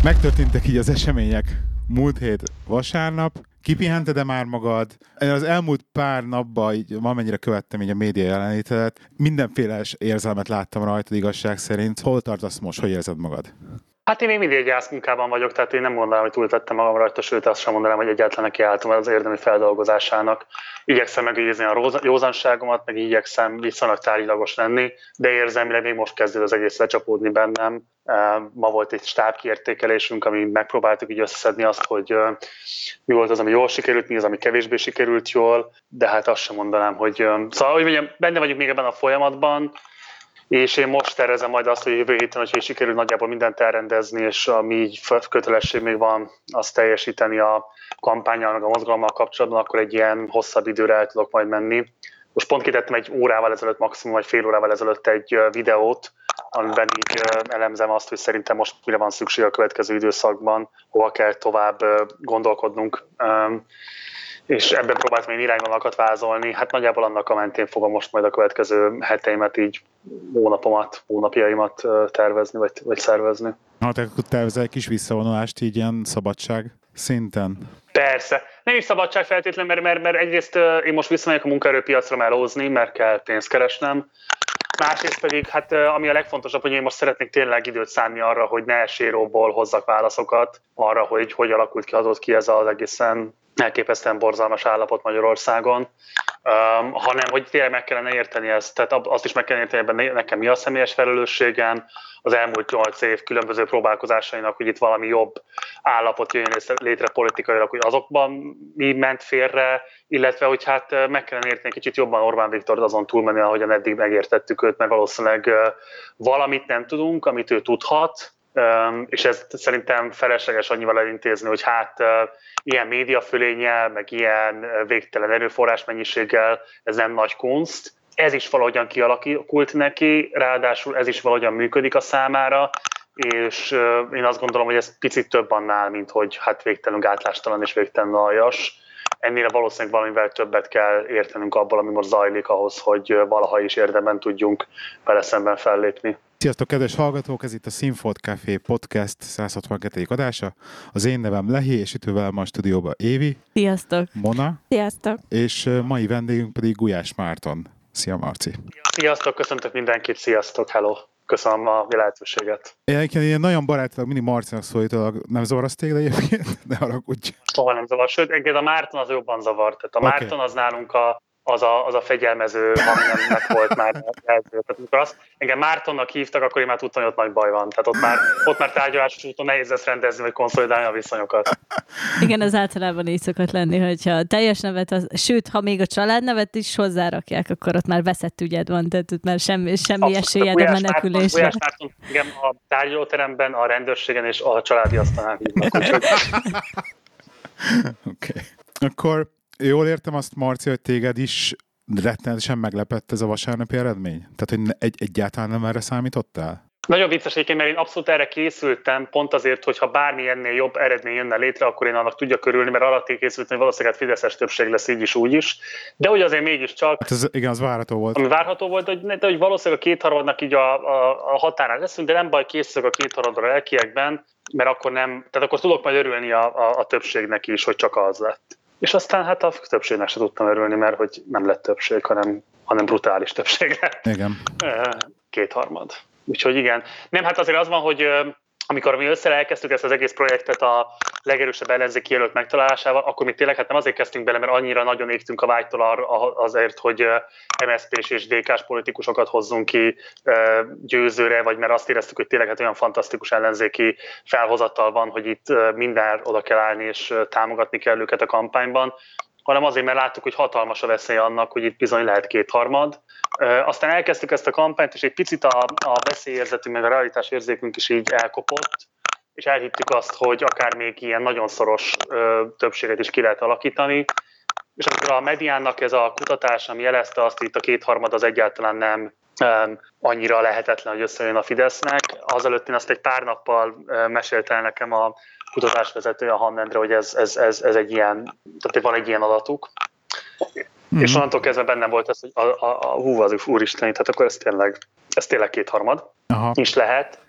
Megtörténtek így az események múlt hét vasárnap. Kipihented-e már magad? Az elmúlt pár napban, így, amennyire követtem így a média jelenlétedet, mindenféle érzelmet láttam rajtad igazság szerint. Hol tartasz most? Hogy érzed magad? Hát én még mindig egy gyászmunkában vagyok, tehát én nem mondanám, hogy túltettem magam rajta, sőt azt sem mondanám, hogy egyáltalán nekiálltam az érdemi feldolgozásásának. Igyekszem megőrizni a józanságomat, meg igyekszem viszonylag tárgyilagos lenni, de érzelmileg még most kezdőd az egész lecsapódni bennem. Ma volt egy stábkiértékelésünk, ami megpróbáltuk így összeszedni azt, hogy mi volt az, ami jól sikerült, mi az, ami kevésbé sikerült jól, de hát azt sem mondanám, hogy... Szóval, hogy mondjam, benne vagyunk még ebben a folyamatban, és én most tervezem majd azt, hogy jövő héten, hogyha sikerül nagyjából mindent elrendezni, és ami így kötelesség még van, azt teljesíteni a kampánnyal, meg a mozgalommal kapcsolatban, akkor egy ilyen hosszabb időre el tudok majd menni. Most pont kitettem egy órával ezelőtt, maximum vagy fél órával ezelőtt egy videót, amiben így elemzem azt, hogy szerintem most mire van szükség a következő időszakban, hova kell tovább gondolkodnunk. És ebben próbáltam én irányvonalakat vázolni. Hát nagyjából annak a mentén fogom most majd a következő heteimet, így hónapjaimat tervezni, vagy szervezni. Hát akkor tervezel egy kis visszavonulást így ilyen szabadság szinten? Persze. Nem is szabadság feltétlenül, mert egyrészt én most visszamegyek a munkaerőpiacra melózni, mert kell pénzt keresnem. Másrészt pedig, hát ami a legfontosabb, hogy én most szeretnék tényleg időt szánni arra, hogy ne séróból hozzak válaszokat arra, hogy alakult ki, adott ki ez az egészen elképesztően borzalmas állapot Magyarországon, hanem hogy tényleg meg kellene érteni ezt, tehát azt is meg kellene érteni, ebben nekem mi a személyes felelősségem, az elmúlt 8 év különböző próbálkozásainak, hogy itt valami jobb állapot jöjjön létre politikailag, hogy azokban mi ment félre, illetve hogy hát meg kellene érteni kicsit jobban Orbán Viktort azon túlmenni, ahogyan eddig megértettük őt, mert valószínűleg valamit nem tudunk, amit ő tudhat, és ezt szerintem felesleges annyival elintézni, hogy hát ilyen médiafölénnyel, meg ilyen végtelen erőforrás mennyiséggel ez nem nagy kunst. Ez is valahogyan kialakult neki, ráadásul ez is valahogyan működik a számára, és én azt gondolom, hogy ez picit több annál, mint hogy hát végtelenül gátlástalan és végtelenül aljas. Ennél valószínűleg valamivel többet kell értenünk abból, ami most zajlik ahhoz, hogy valaha is érdemben tudjunk vele szemben fellépni. Sziasztok, kedves hallgatók! Ez itt a Színfolt Café Podcast 162. adása. Az én nevem Lehi, és itt velem a stúdióban Évi. Sziasztok! Mona. Sziasztok! És mai vendégünk pedig Gulyás Márton. Szia, Marci! Sziasztok, köszöntök mindenkit, sziasztok, hello! Köszönöm a lehetőséget. Én nagyon barátilag mindig Marcinak szólítólag, nem zavar téged egyébként? Ne haragudj. Soha nem zavar, sőt, engem a Márton az jobban zavar. Tehát a Márton az nálunk az a fegyelmező, aminek volt már első. Tehát amikor engem Mártonnak hívtak, akkor én már tudtam, hogy ott nagy baj van. Tehát ott már tárgyalásos úton nehéz lesz rendezni, vagy konszolidálni a viszonyokat. Igen, az általában így szokott lenni, hogyha a teljes nevet, sőt, ha még a családnevet is hozzárakják, akkor ott már veszett ügyed van, tehát ott már semmi esélyed a menekülésre. Gulyás Márton, igen, a tárgyalóteremben, a rendőrségen és a családi asztalnál hívnak. Oké. Akkor jól értem azt, Marci, hogy téged is rettenetesen meglepett ez a vasárnapi eredmény? Tehát, hogy egyáltalán nem erre számítottál? Nagyon vicces egyébként, mert én abszolút erre készültem, pont azért, hogy ha bármi ennél jobb eredmény jönne létre, akkor én annak tudjak körülni, mert arra készültem, hogy valószínűleg fideszes többség lesz így is, úgy is. De hogy azért mégiscsak... Hát igen, az várható volt. Ami várható volt, de hogy valószínűleg a kétharmadnak így a határán leszünk, de nem baj, készülök a kétharmadra lelkiekben, mert akkor nem... Tehát akkor tudok majd örülni a többségnek is, hogy csak az lett. És aztán hát a többségnek se tudtam örülni, mert hogy nem lett többség, hanem brutális többség lett. Igen. Kétharmad. Úgyhogy igen. Nem, hát azért az van, hogy amikor mi elkezdtük ezt az egész projektet a legerősebb ellenzéki jelölt megtalálásával, akkor mi tényleg hát nem azért kezdtünk bele, mert annyira nagyon égtünk a vágytól azért, hogy MSZP-s és DK-s politikusokat hozzunk ki győzőre, vagy mert azt éreztük, hogy tényleg hát olyan fantasztikus ellenzéki felhozattal van, hogy itt minden oda kell állni és támogatni kell őket a kampányban, hanem azért, mert láttuk, hogy hatalmas a veszély annak, hogy itt bizony lehet kétharmad. Aztán elkezdtük ezt a kampányt, és egy picit a veszélyérzetünk, meg a realitásérzékünk is így elkopott, és elhittük azt, hogy akár még ilyen nagyon szoros többséget is ki lehet alakítani. És amikor a mediánnak ez a kutatás, ami jelezte azt, hogy itt a kétharmad az egyáltalán nem annyira lehetetlen, hogy összejön a Fidesznek. Azelőtt én azt egy pár nappal mesélte el nekem a kutatásvezető, a Hannendre, hogy ez egy ilyen, tehát van egy ilyen adatuk. Mm-hmm. És onnantól kezdve bennem volt ez, hogy az úristen, tehát akkor ez tényleg kétharmad. Aha. Is lehet.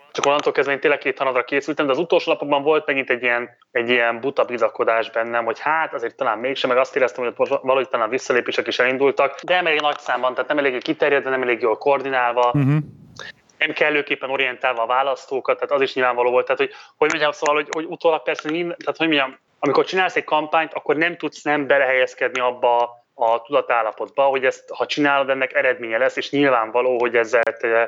csak onnantól kezdve én tényleg 2 tanadra készültem, de az utolsó napokban volt megint egy ilyen buta bizakodás bennem, hogy hát azért talán mégsem, meg azt éreztem, hogy valahogy talán visszalépések is elindultak, de nem elég nagy számban, tehát nem eléggé kiterjedve, nem elég jól koordinálva. Nem kellőképpen orientálva a választókat, tehát az is nyilvánvaló volt. Tehát, hogy mondjam, szóval, hogy utólag persze, tehát, hogy mondjam, amikor csinálsz egy kampányt, akkor nem tudsz nem belehelyezkedni abba a tudatállapotba, hogy ezt, ha csinálod, ennek eredménye lesz, és nyilvánvaló, hogy ezzel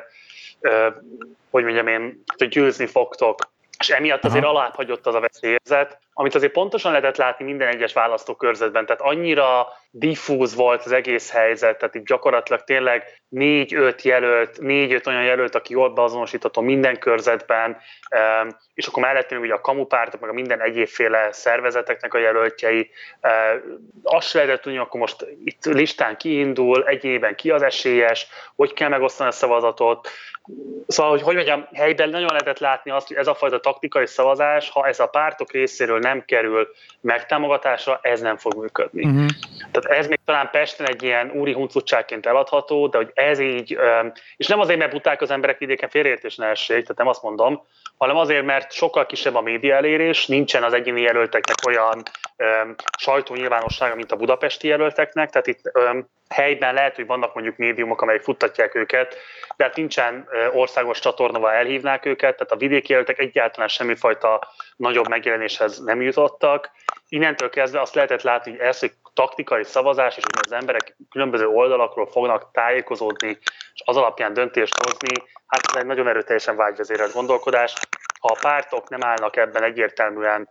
hogy mondjam én, hogy győzni fogtok. És emiatt azért alább hagyott az a veszélyérzet, amit azért pontosan lehetett látni minden egyes választókörzetben, tehát annyira diffúz volt az egész helyzet, tehát itt gyakorlatilag tényleg 4-5 olyan jelölt, aki jól beazonosítható minden körzetben, és akkor mellettünk ugye a kamupártok, meg a minden egyébféle szervezeteknek a jelöltjei. Azt se lehetett tudni, akkor most itt listán kiindul, egyében ki az esélyes, hogy kell megosztani a szavazatot. Szóval, hogy mondjam, helyben nagyon lehetett látni azt, hogy ez a fajta taktikai szavazás, ha ez a pártok részéről nem kerül megtámogatásra, ez nem fog működni. Tehát ez még talán Pesten egy ilyen úri huncutságként eladható, de hogy ez így, és nem azért, mert buták az emberek vidéken, félreértés ne essék, tehát nem azt mondom, hanem azért, mert sokkal kisebb a média elérés, nincsen az egyéni jelölteknek olyan sajtónyilvánossága, mint a budapesti jelölteknek, tehát itt helyben lehet, hogy vannak mondjuk médiumok, amelyek futtatják őket, de hát nincsen országos csatornával elhívnák őket, tehát a vidéki jelöltek egyáltalán semmifajta nagyobb megjelenéshez nem jutottak. Innentől kezdve azt lehetett látni, hogy ez egy taktikai szavazás, és hogy az emberek különböző oldalakról fognak tájékozódni, és az alapján döntést hozni, hát ez egy nagyon erőteljesen vágyvezérelt gondolkodás. Ha a pártok nem állnak ebben egyértelműen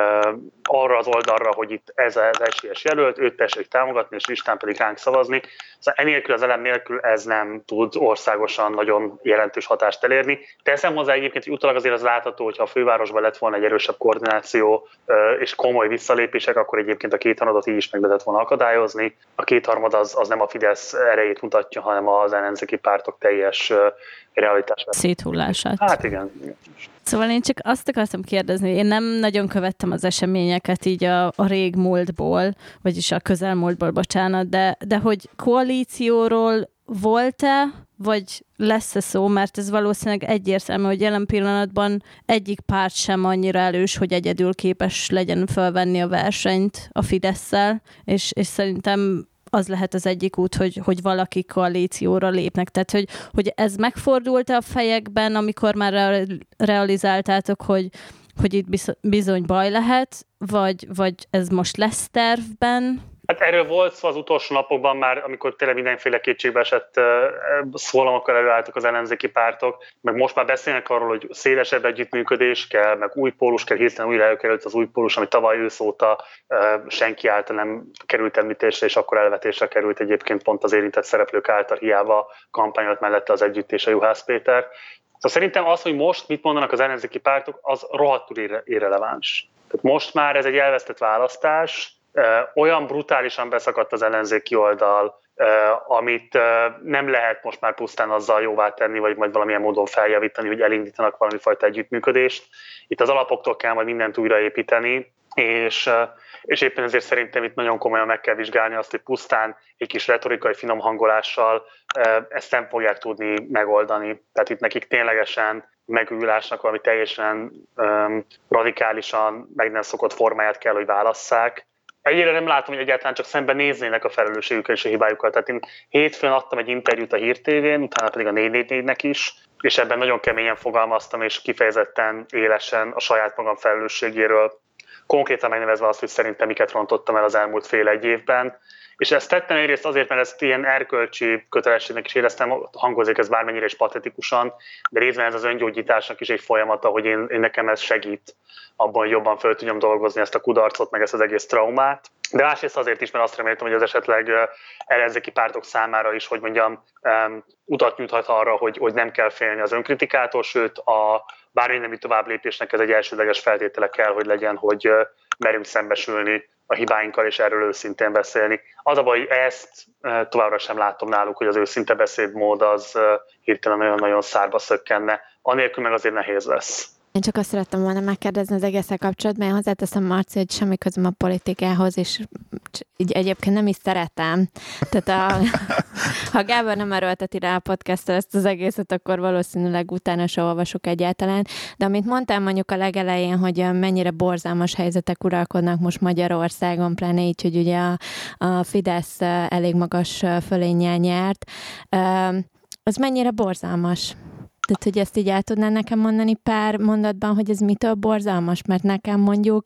arra az oldalra, hogy itt ez az esélyes jelölt, őt tessék támogatni, és listán pedig ránk szavazni. Szóval enélkül, az elem nélkül ez nem tud országosan nagyon jelentős hatást elérni. Teszem hozzá egyébként, hogy utólag azért az látható, hogyha a fővárosban lett volna egy erősebb koordináció és komoly visszalépések, akkor egyébként a kétharmadot így is meg lehetett volna akadályozni. A kétharmad az nem a Fidesz erejét mutatja, hanem az ellenzéki pártok teljes realitás. Széthullását. Hát igen. Szóval én csak azt akartam kérdezni, hogy én nem nagyon követtem az eseményeket így a régmúltból, vagyis a közelmúltból, bocsánat, de hogy koalícióról volt-e, vagy lesz-e szó, mert ez valószínűleg egyértelmű, hogy jelen pillanatban egyik párt sem annyira erős, hogy egyedül képes legyen felvenni a versenyt a Fidesszel, és szerintem az lehet az egyik út, hogy valaki koalícióra lépnek. Tehát, hogy ez megfordult-e a fejekben, amikor már realizáltátok, hogy itt bizony baj lehet, vagy ez most lesz tervben? Hát erről volt szó az utolsó napokban már, amikor tényleg mindenféle kétségbeesett szólamokkal előálltak az ellenzéki pártok, meg most már beszélnek arról, hogy szélesebb együttműködés kell, meg új pólus kell, hirtelen újra előkerült az új pólus, ami tavaly ősz óta senki által nem került említésre, és akkor elvetésre került egyébként pont az érintett szereplők által, hiába kampányolt mellette az Együtt és a Juhász Péter. Szóval szerintem az, hogy most mit mondanak az ellenzéki pártok, az rohadtul irreleváns. Tehát most már ez egy elvesztett választás, olyan brutálisan beszakadt az ellenzéki oldal, amit nem lehet most már pusztán azzal jóvá tenni, vagy majd valamilyen módon feljavítani, hogy elindítanak valami fajta együttműködést. Itt az alapoktól kell majd mindent újraépíteni, és éppen ezért szerintem itt nagyon komolyan meg kell vizsgálni azt, hogy pusztán egy kis retorikai finom hangolással ezt nem fogják tudni megoldani. Tehát itt nekik ténylegesen megújulásnak valami teljesen radikálisan meg nem szokott formáját kell, hogy válasszák. Egyre nem látom, hogy egyáltalán csak szemben néznének a felelősségükkel és a hibájukkal. Tehát én hétfőn adtam egy interjút a Hír TV-n, utána pedig a 444-nek is, és ebben nagyon keményen fogalmaztam, és kifejezetten élesen a saját magam felelősségéről, konkrétan megnevezve azt, hogy szerintem miket rontottam el az elmúlt fél-egy évben. És ezt tettem egyrészt azért, mert ezt ilyen erkölcsi kötelességnek is éreztem, hangozik ez bármennyire is patetikusan, de részben ez az öngyógyításnak is egy folyamata, hogy én nekem ez segít abban, hogy jobban föl tudjam dolgozni ezt a kudarcot, meg ezt az egész traumát. De másrészt azért is, mert azt reméltem, hogy az esetleg ellenzéki pártok számára is, hogy mondjam, utat nyújthat arra, hogy nem kell félni az önkritikától, sőt bármilyen nemű tovább lépésnek ez egy elsődleges feltétele kell, hogy legyen, hogy merünk szembesülni a hibáinkkal, és erről őszintén beszélni. Az a baj, hogy ezt továbbra sem látom náluk, hogy az őszinte beszédmód az hirtelen nagyon-nagyon szárba szökkenne. Anélkül meg azért nehéz lesz. Én csak azt szerettem volna megkérdezni az egészen kapcsolatban, én hozzáteszem, Marci, hogy semmi közöm a politikához, és így egyébként nem is szeretem. Tehát ha Gábor nem erőlteti rá a podcastra ezt az egészet, akkor valószínűleg utána se olvasok egyáltalán. De amit mondtam mondjuk a legelején, hogy mennyire borzalmas helyzetek uralkodnak most Magyarországon, pláne így, hogy ugye a Fidesz elég magas fölénnyel nyert, az mennyire borzalmas? Tehát, hogy ezt így el tudnál nekem mondani pár mondatban, hogy ez mitől borzalmas? Mert nekem mondjuk,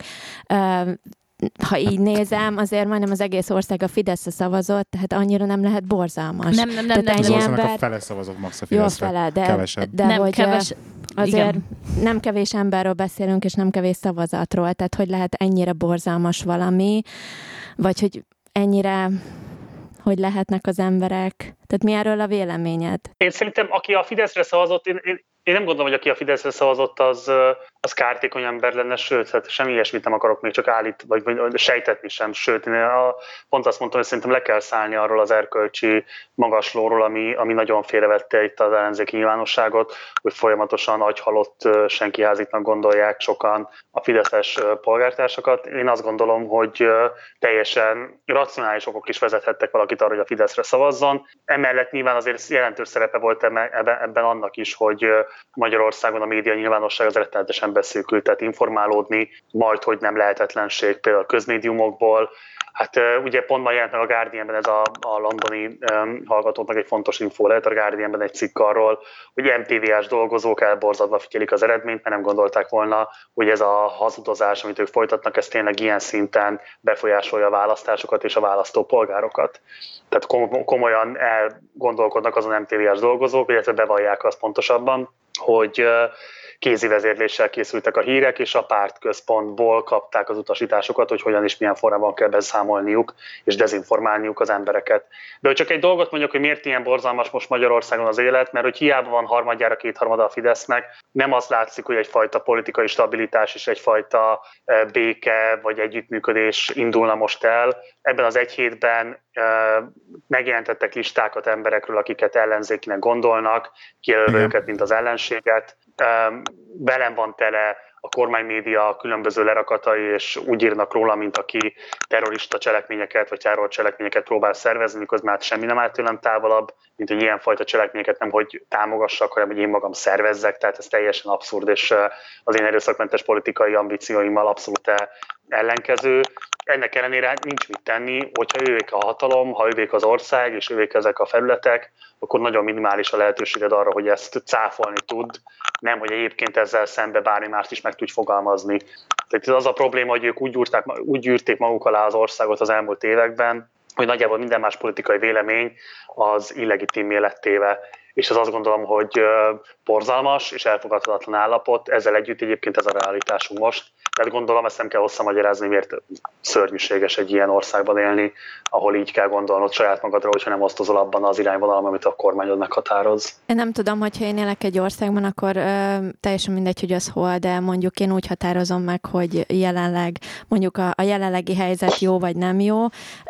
ha így nézem, azért majdnem az egész ország a Fideszre szavazott, tehát annyira nem lehet borzalmas. Nem. Az országnak a fele szavazott max a Fideszre. Jó fele, kevesebb. De nem hogy keves, azért igen. nem kevés emberről beszélünk, és nem kevés szavazatról, tehát hogy lehet ennyire borzalmas valami, vagy hogy ennyire... hogy lehetnek az emberek. Tehát mi erről a véleményed? Én szerintem, aki a Fideszre szavazott, én nem gondolom, hogy aki a Fideszre szavazott, az kártékony ember lenne, sőt, hát semmi ilyesmit nem akarok még csak vagy sejtetni sem, sőt, én pont azt mondtam, hogy szerintem le kell szállni arról az erkölcsi magaslóról, ami nagyon félrevette itt az ellenzéki nyilvánosságot, hogy folyamatosan agyhalott senkiháziknak gondolják sokan a fideszes polgártársakat. Én azt gondolom, hogy teljesen racionális okok is vezethettek valakit arra, hogy a Fideszre szavazzon. Emellett nyilván azért jelentős szerepe volt ebben annak is, hogy Magyarországon a média nyilvánosság az rettenetesen beszűkült, tehát informálódni majd, hogy nem lehetetlenség például a közmédiumokból. Hát ugye pont ma jelent meg a Guardianben ez a londoni hallgatóknak egy fontos infó lehet, a Guardianben egy cikk arról, hogy MTV-s dolgozók elborzadva figyelik az eredményt, mert nem gondolták volna, hogy ez a hazudozás, amit ők folytatnak, ez tényleg ilyen szinten befolyásolja a választásokat és a választópolgárokat. Tehát komolyan elgondolkodnak azon MTV-s dolgozók, illetve bevallják azt pontosabban, hogy kézi vezérléssel készültek a hírek, és a pártközpontból kapták az utasításokat, hogy hogyan és milyen formában kell beszámolniuk és dezinformálniuk az embereket. De hogy csak egy dolgot mondjak, hogy miért ilyen borzalmas most Magyarországon az élet, mert hogy hiába van harmadjára kétharmada a Fidesznek, nem az látszik, hogy egyfajta politikai stabilitás és egyfajta béke vagy együttműködés indulna most el. Ebben az egy hétben megjelentettek listákat emberekről, akiket ellenzékinek gondolnak, kijelölve őket, mint az ellenséget. Velem van tele a kormánymédia különböző lerakatai, és úgy írnak róla, mint aki terrorista cselekményeket vagy terrorcselekményeket próbál szervezni, miközben hát semmi nem áll tőlem távolabb, mint hogy ilyenfajta cselekményeket nem hogy támogassak, hanem hogy én magam szervezzek, tehát ez teljesen abszurd, és az én erőszakmentes politikai ambícióimmal abszolút ellenkező. Ennek ellenére nincs mit tenni, hogyha ővék a hatalom, ha ővék az ország, és ővék ezek a felületek, akkor nagyon minimális a lehetőséged arra, hogy ezt cáfolni tud, nem, hogy egyébként ezzel szembe bármi mást is meg tudj fogalmazni. Tehát az a probléma, hogy ők úgy gyűrték maguk alá az országot az elmúlt években, hogy nagyjából minden más politikai vélemény az illegitimé lett téve. És ez azt gondolom, hogy borzalmas és elfogadhatatlan állapot, ezzel együtt egyébként ez a realitásunk most. Tehát gondolom, ezt nem kell hosszan magyarázni, miért szörnyűséges egy ilyen országban élni, ahol így kell gondolnod saját magadra, hogyha nem osztozol abban az irányvonalban, amit a kormányod meghatároz. Én nem tudom, hogyha én élek egy országban, akkor teljesen mindegy, hogy az hol, de mondjuk én úgy határozom meg, hogy jelenleg mondjuk a jelenlegi helyzet jó vagy nem jó,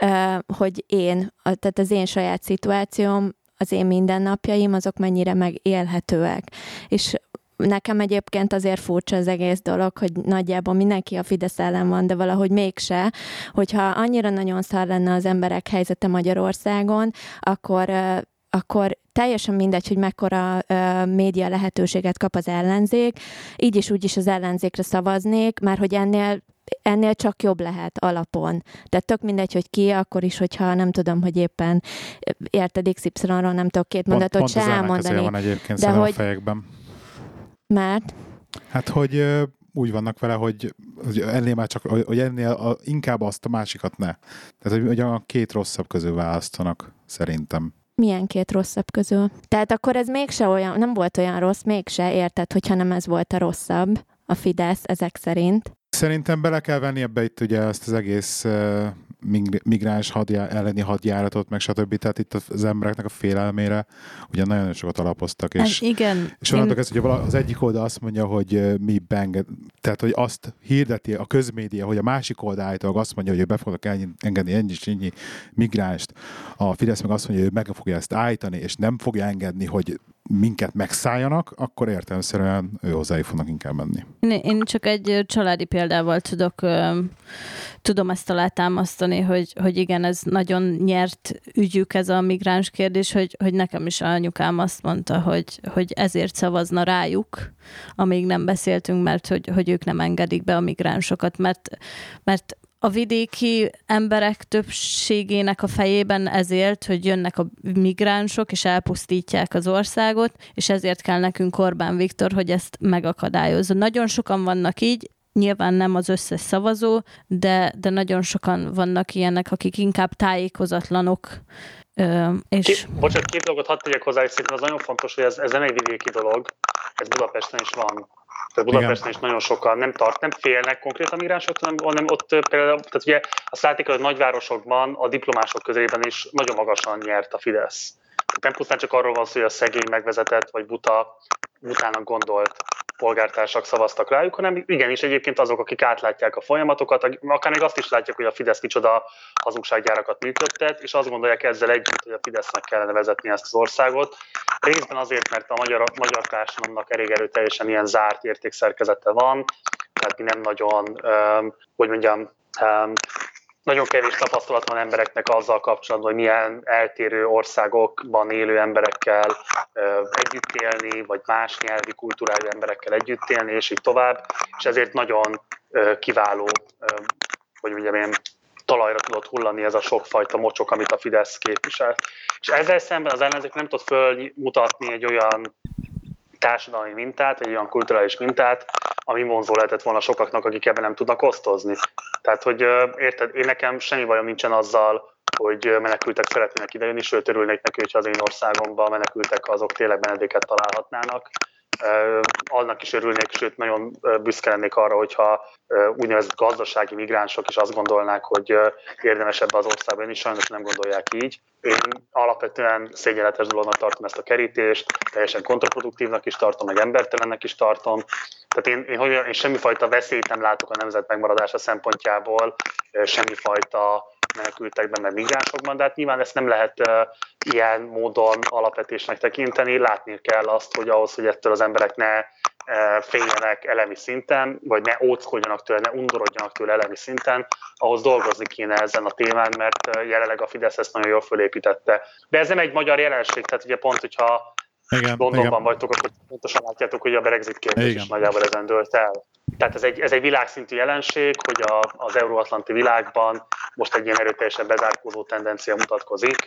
hogy tehát az én saját szituációm, az én mindennapjaim, azok mennyire megélhetőek. És nekem egyébként azért furcsa az egész dolog, hogy nagyjából mindenki a Fidesz ellen van, de valahogy mégse, hogyha annyira nagyon szar lenne az emberek helyzete Magyarországon, akkor teljesen mindegy, hogy mekkora média lehetőséget kap az ellenzék, így is úgy is az ellenzékre szavaznék, már hogy ennél csak jobb lehet alapon. De tök mindegy, hogy ki, akkor is, hogyha nem tudom, hogy éppen érted XY-ról, nem tudok két mondatot se elmondani. Van egyébként de hogy... a fejekben. Mert? Hát, hogy úgy vannak vele, hogy ennél már csak, hogy ennél inkább azt a másikat ne. Tehát, hogy a két rosszabb közül választanak, szerintem. Milyen két rosszabb közül? Tehát akkor ez mégse olyan, nem volt olyan rossz, mégse érted, hogyha nem ez volt a rosszabb, a Fidesz ezek szerint. Szerintem bele kell venni ebbe itt ugye ezt az egész migráns elleni hadjáratot, meg stb. Tehát itt az embereknek a félelmére ugye nagyon sokat alapoztak. És, igen. És onnantól kezdve, hogy az egyik oldal azt mondja, hogy mi beenged, tehát hogy azt hirdeti a közmédia, hogy a másik oldal állítólag azt mondja, hogy ő be fognak engedni ennyi migránst. A Fidesz meg azt mondja, hogy ő meg fogja ezt állítani, és nem fogja engedni, hogy minket megszálljanak, akkor értelemszerűen hozzájuk fognak inkább menni. Én csak egy családi példával tudom ezt alátámasztani, hogy igen, ez nagyon nyert ügyük ez a migráns kérdés, hogy nekem is anyukám azt mondta, hogy ezért szavazna rájuk, amíg nem beszéltünk, mert hogy ők nem engedik be a migránsokat, mert a vidéki emberek többségének a fejében ezért, hogy jönnek a migránsok, és elpusztítják az országot, és ezért kell nekünk Orbán Viktor, hogy ezt megakadályozza. Nagyon sokan vannak így, nyilván nem az összes szavazó, de nagyon sokan vannak ilyenek, akik inkább tájékozatlanok. Bocsánat, két dolgot hadd tegyek hozzá, és szerintem az nagyon fontos, hogy ez nem egy vidéki dolog, ez Budapesten is van. Tehát Budapesten is nagyon sokan nem félnek konkrétan migránsoktól, hanem ott például, tehát ugye azt látjuk, hogy a nagyvárosokban, a diplomások közében is nagyon magasan nyert a Fidesz. Tehát nem pusztán csak arról van szó, hogy a szegény, megvezetett vagy butának gondolt polgártársak szavaztak rájuk, hanem igenis egyébként azok, akik átlátják a folyamatokat, akár még azt is látják, hogy a Fidesz micsoda hazugsággyárakat működtet, és azt gondolják ezzel együtt, hogy a Fidesznek kellene vezetni ezt az országot. Részben azért, mert a magyar társadalomnak elég erőteljesen ilyen zárt értékszerkezete van, tehát mi nem nagyon, nagyon kevés tapasztalat van embereknek azzal kapcsolatban, hogy milyen eltérő országokban élő emberekkel együtt élni, vagy más nyelvi, kultúrájú emberekkel együtt élni, és így tovább. És ezért nagyon kiváló, talajra tudott hullani ez a sokfajta mocsok, amit a Fidesz képvisel. És ezzel szemben az ellenzék nem tud fölmutatni egy olyan társadalmi mintát, egy olyan kulturális mintát, ami vonzó lehetett volna sokaknak, akik ebben nem tudnak osztozni. Tehát, hogy érted, én nekem semmi bajom nincsen azzal, hogy menekültek szeretnének idejönni, sőt örülnék neki, hogyha az én országomban menekültek, azok tényleg menedéket találhatnának. Annak is örülnék, sőt nagyon büszke lennék arra, hogyha úgynevezett gazdasági migránsok is azt gondolnák, hogy érdemes ebbe az országba jönni, sajnos nem gondolják így. Én alapvetően szégyenletes dolognak tartom ezt a kerítést, teljesen kontraproduktívnak is tartom, meg embertelennek is tartom. Tehát én semmifajta veszélyt nem látok a nemzet megmaradása szempontjából, semmifajta menekültekben, meg migránsokban, de hát nyilván ezt nem lehet ilyen módon alapvetésnek tekinteni. Látni kell azt, hogy ahhoz, hogy ettől az emberek ne féljenek elemi szinten, vagy ne óckodjanak tőle, ne undorodjanak tőle elemi szinten, ahhoz dolgozni kéne ezen a témán, mert jelenleg a Fidesz ezt nagyon jól fölépítette. De ez nem egy magyar jelenség, tehát ugye pont, hogyha Londonban vagytok, akkor pontosan látjátok, hogy a Brexit kérdés is nagyjából ezen dőlt el. Tehát ez egy világszintű jelenség, hogy az euróatlanti világban most egy ilyen erőteljesen bezárkózó tendencia mutatkozik.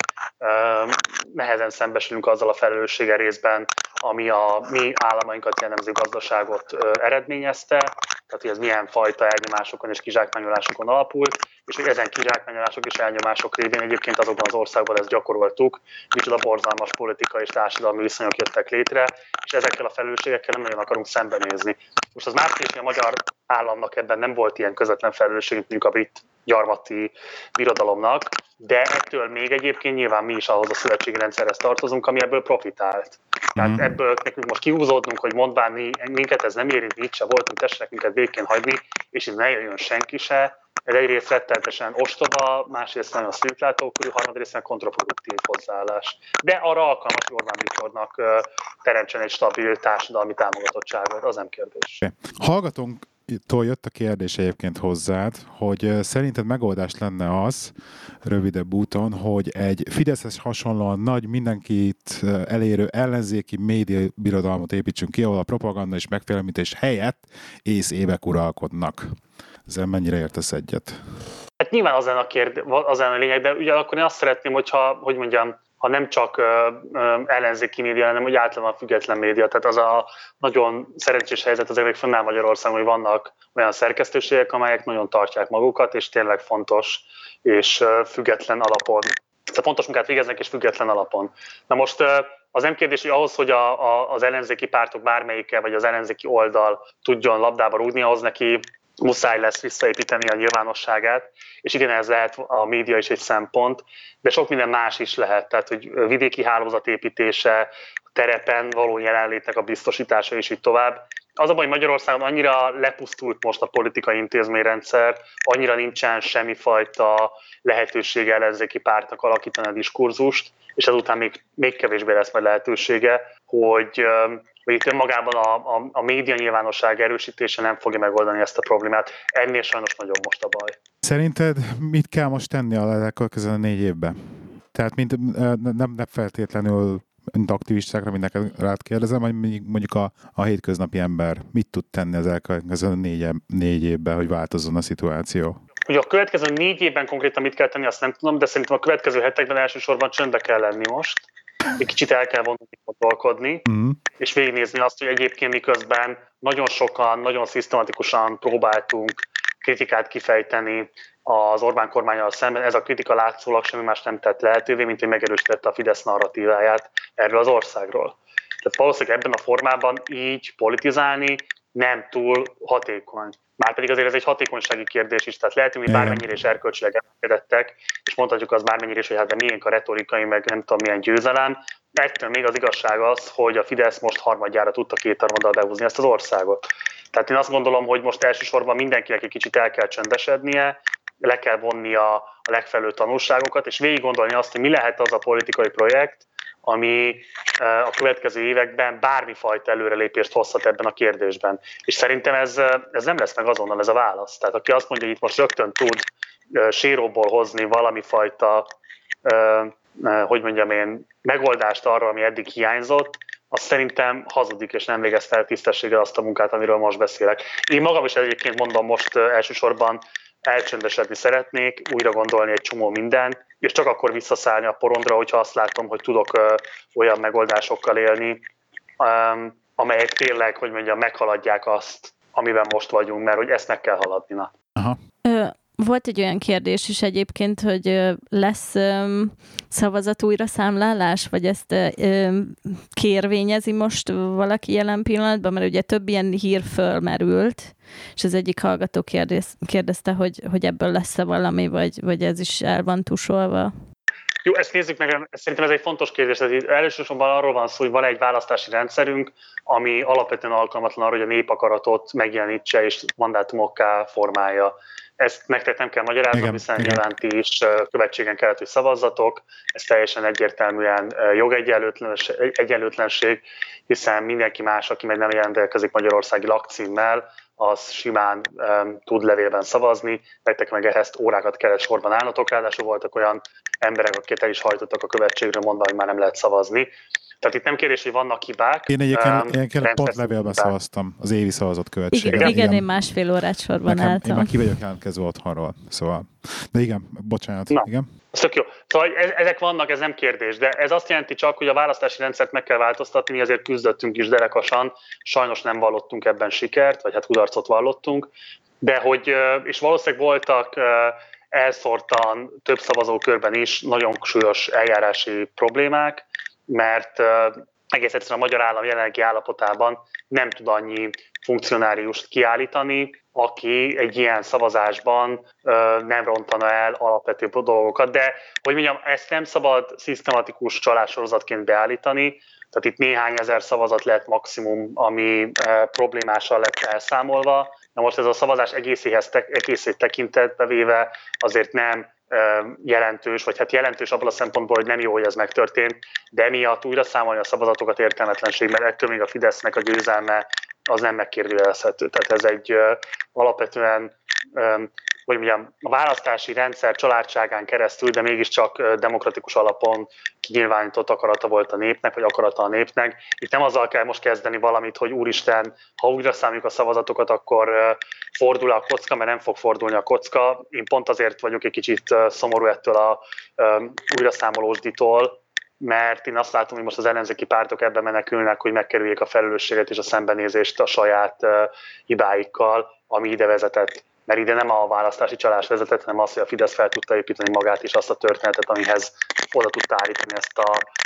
Nehezen szembesülünk azzal a felelősséggel részben, ami a mi államainkat jellemző gazdaságot eredményezte, tehát hogy ez milyen fajta elnyomásokon és kizsákmányolásokon alapult, és hogy ezen kizsákmányolások és elnyomások révén egyébként azokban az országban ezt gyakoroltuk, micsoda borzalmas politikai és társadalmi viszonyok jöttek létre, és ezekkel a felelősségekkel nem nagyon akarunk szembenézni. Most az más kérdés, hogy a magyar államnak ebben nem volt ilyen közvetlen felelősség, mint mondjuk a brit gyarmati birodalomnak, de ettől még egyébként nyilván mi is ahhoz a szövetségi rendszerhez tartozunk, ami ebből profitált. Tehát ebből nekünk most kihúzódnunk, hogy mondván minket ez nem érint, mi itt se voltunk, tessenek minket békén hagyni, és itt ne jöjjön senki se. Ez egyrészt rettenetesen ostoba, másrészt nagyon szűklátókörű, harmadrészt meg kontraproduktív hozzáállás. De arra alkalmas, hogy Orbán Viktornak teremtsen egy stabil társadalmi támogatottságot, az nem kérdés. Hallgatónktól jött a kérdés egyébként hozzád, hogy szerinted megoldás lenne az, rövidebb úton, hogy egy Fideszhez hasonlóan nagy, mindenkit elérő ellenzéki médiabirodalmat építsünk ki, ahol a propaganda és megfélemlítés helyett évek uralkodnak. Ezzel mennyire értesz egyet? Hát nyilván az lenne a lényeg, de ugyanakkor én azt szeretném, ha nem csak ellenzéki média, hanem hogy általában független média. Tehát az a nagyon szerencsés helyzet azért még fönnáll Magyarországon, hogy vannak olyan szerkesztőségek, amelyek nagyon tartják magukat, és tényleg fontos és független alapon. Tehát fontos munkát végeznek, és független alapon. Na most az nem kérdés, hogy ahhoz, hogy az ellenzéki pártok bármelyike, vagy az ellenzéki oldal tudjon labdába rúgni, ahhoz neki muszáj lesz visszaépíteni a nyilvánosságát, és igen, ez lehet a média is egy szempont, de sok minden más is lehet, tehát hogy vidéki hálózatépítése, terepen való jelenlétnek a biztosítása és így tovább. Az a baj, hogy Magyarországon annyira lepusztult most a politikai intézményrendszer, annyira nincsen semmifajta lehetősége ellenzéki pártnak alakítani a diskurzust, és ezután még kevésbé lesz majd lehetősége, hogy itt önmagában a média nyilvánosság erősítése nem fogja megoldani ezt a problémát. Ennél sajnos nagyobb most a baj. Szerinted mit kell most tenni a elkövetkező 4 évben? Tehát nem feltétlenül mint aktivistákra, mint neked rád kérdezem, hogy mondjuk a hétköznapi ember mit tud tenni az elkövetkező 4 évben, hogy változzon a szituáció? Ugye a következő 4 évben konkrétan mit kell tenni, azt nem tudom, de szerintem a következő hetekben elsősorban csöndbe kell lenni most. Egy kicsit el kell vonnunk, gondolkodni, és végignézni azt, hogy egyébként miközben nagyon sokan, nagyon szisztematikusan próbáltunk kritikát kifejteni az Orbán kormánnyal szemben, ez a kritika látszólag semmi más nem tett lehetővé, mint hogy megerősítette a Fidesz narratíváját erről az országról. Tehát valószínűleg ebben a formában így politizálni nem túl hatékony. Márpedig azért ez egy hatékonysági kérdés is, tehát lehet, hogy bármennyire is erkölcsileg emelkedettek, és mondhatjuk az bármennyire is, hogy hát de milyen a retorikai, meg nem tudom milyen győzelem. Ettől még az igazság az, hogy a Fidesz most harmadjára tudta 2/3 behúzni ezt az országot. Tehát én azt gondolom, hogy most elsősorban mindenkinek egy kicsit el kell csöndesednie, le kell vonni a legfelelőbb tanulságokat, és végig gondolni azt, hogy mi lehet az a politikai projekt, ami a következő években bármifajta előrelépést hozhat ebben a kérdésben. És szerintem ez nem lesz meg azonnal ez a válasz. Tehát aki azt mondja, hogy itt most rögtön tud séróból hozni valamifajta, megoldást arra, ami eddig hiányzott, az szerintem hazudik, és nem végezte el tisztességgel azt a munkát, amiről most beszélek. Én magam is egyébként mondom, most elsősorban elcsöndesedni szeretnék, újra gondolni egy csomó mindent, és csak akkor visszaszállni a porondra, hogyha azt látom, hogy tudok olyan megoldásokkal élni, amelyek tényleg, meghaladják azt, amiben most vagyunk, mert hogy ezt meg kell haladni. Aha. Volt egy olyan kérdés is egyébként, hogy lesz szavazat újraszámlálás, vagy ezt kérvényezi most valaki jelen pillanatban, mert ugye több ilyen hír fölmerült, és az egyik hallgató kérdezte, hogy ebből lesz-e valami, vagy ez is el van tusolva. Jó, ezt nézzük meg, szerintem ez egy fontos kérdés. Elsősorban arról van szó, hogy van egy választási rendszerünk, ami alapvetően alkalmatlan arra, hogy a népakaratot megjelenítse és mandátumokká formálja. Ezt nektek nem kell magyaráznom, hiszen nyilván ti is követségen kellett, hogy szavazzatok. Ez teljesen egyértelműen jogegyenlőtlenség, hiszen mindenki más, aki meg nem rendelkezik magyarországi lakcímmel, az simán tud levélben szavazni, nektek meg ehhez órákat kellett sorban állnotok, ráadásul voltak olyan emberek, akik el is hajtottak a követségről, mondva, hogy már nem lehet szavazni. Tehát itt nem kérdés, hogy vannak hibák. Én egyébként pont levélben szavaztam az évi szavazott követségen. Igen, én 1,5 órát sorban álltam. Én már ki vagyok jelentkezve otthonról, szóval. De igen, bocsánat. Na, igen. ez tök jó. Szóval ezek vannak, ez nem kérdés, de ez azt jelenti csak, hogy a választási rendszert meg kell változtatni, mi azért küzdöttünk is derekasan, sajnos nem vallottunk ebben sikert, vagy hát kudarcot vallottunk, de hogy, és valószínűleg voltak elszórtan több szavazókörben is nagyon súlyos eljárási problémák, mert egész egyszerűen a magyar állam jelenlegi állapotában nem tud annyi funkcionáriust kiállítani, aki egy ilyen szavazásban nem rontana el alapvető dolgokat. De, hogy mondjam, ezt nem szabad szisztematikus csalássorozatként beállítani, tehát itt néhány ezer szavazat lehet maximum, ami problémással lett elszámolva. Na most ez a szavazás egészét tekintetbe véve azért nem jelentős, vagy hát jelentős abban a szempontból, hogy nem jó, hogy ez megtörtént, de emiatt újra számolni a szavazatokat értelmetlenség, mert ettől még a Fidesznek a győzelme az nem megkérdőjelezhető. Tehát ez egy alapvetően, hogy mondjam, a választási rendszer családságán keresztül, de mégiscsak demokratikus alapon kinyilvánított akarata volt a népnek, vagy akarata a népnek. Itt nem azzal kell most kezdeni valamit, hogy úristen, ha újra számoljuk a szavazatokat, akkor fordul a kocka, mert nem fog fordulni a kocka. Én pont azért vagyok egy kicsit szomorú ettől a újraszámolósditól, mert én azt látom, hogy most az ellenzéki pártok ebben menekülnek, hogy megkerüljék a felelősséget és a szembenézést a saját hibáikkal, ami ide vezetett. Mert ide nem a választási csalás vezetett, hanem az, hogy a Fidesz fel tudta építeni magát és azt a történetet, amihez oda tudta állítani ezt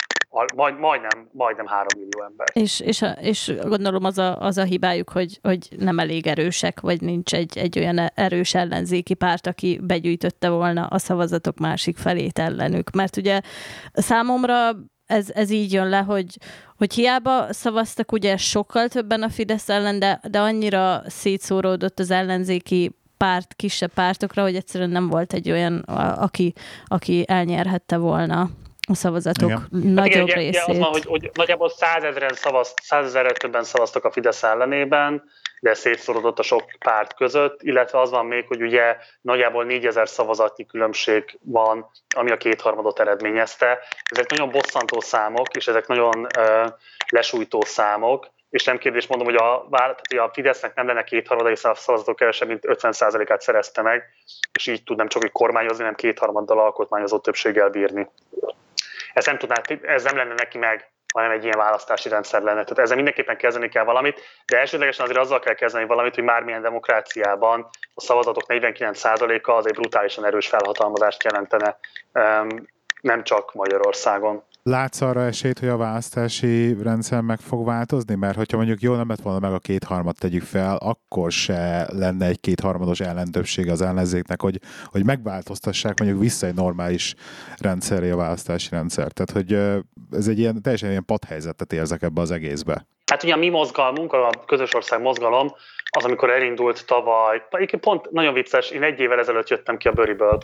majdnem 3 millió ember. És gondolom az a hibájuk, hogy nem elég erősek, vagy nincs egy olyan erős ellenzéki párt, aki begyűjtötte volna a szavazatok másik felét ellenük. Mert ugye számomra ez így jön le, hogy hiába szavaztak ugye sokkal többen a Fidesz ellen, de annyira szétszóródott az ellenzéki párt, kisebb pártokra, hogy egyszerűen nem volt egy olyan, aki elnyerhette volna a szavazatok nagyobb részét. Az van, hogy nagyjából 100 000-rel többen szavaztak a Fidesz ellenében, de szétszorodott a sok párt között, illetve az van még, hogy ugye nagyjából 4000 szavazatnyi különbség van, ami a kétharmadot eredményezte. Ezek nagyon bosszantó számok, és ezek nagyon lesújtó számok, és nem kérdés mondom, hogy a Fidesznek nem lenne kétharmada, hiszen a szavazatok kevesebb, mint 50%-át szerezte meg, és így tud nem csak hogy kormányozni, hanem kétharmaddal alkotmányozó többséggel bírni. Ez nem lenne neki meg, hanem egy ilyen választási rendszer lenne. Tehát ezzel mindenképpen kezdeni kell valamit, de elsődlegesen azért azzal kell kezdeni valamit, hogy bármilyen demokráciában a szavazatok 49%-a az egy brutálisan erős felhatalmazást jelentene, nem csak Magyarországon. Látsz arra esélyt, hogy a választási rendszer meg fog változni? Mert hogyha mondjuk jól nem lett volna meg a kétharmad, tegyük fel, akkor se lenne egy kétharmados ellentöbbség az ellenzéknek, hogy megváltoztassák mondjuk vissza egy normális rendszerre a választási rendszer. Tehát, hogy ez egy ilyen, teljesen ilyen padhelyzetet érzek ebbe az egészbe. Hát ugye a mi mozgalmunk, a Közös Ország mozgalom, az, amikor elindult tavaly, pont nagyon vicces, én 1 évvel ezelőtt jöttem ki a bőriből.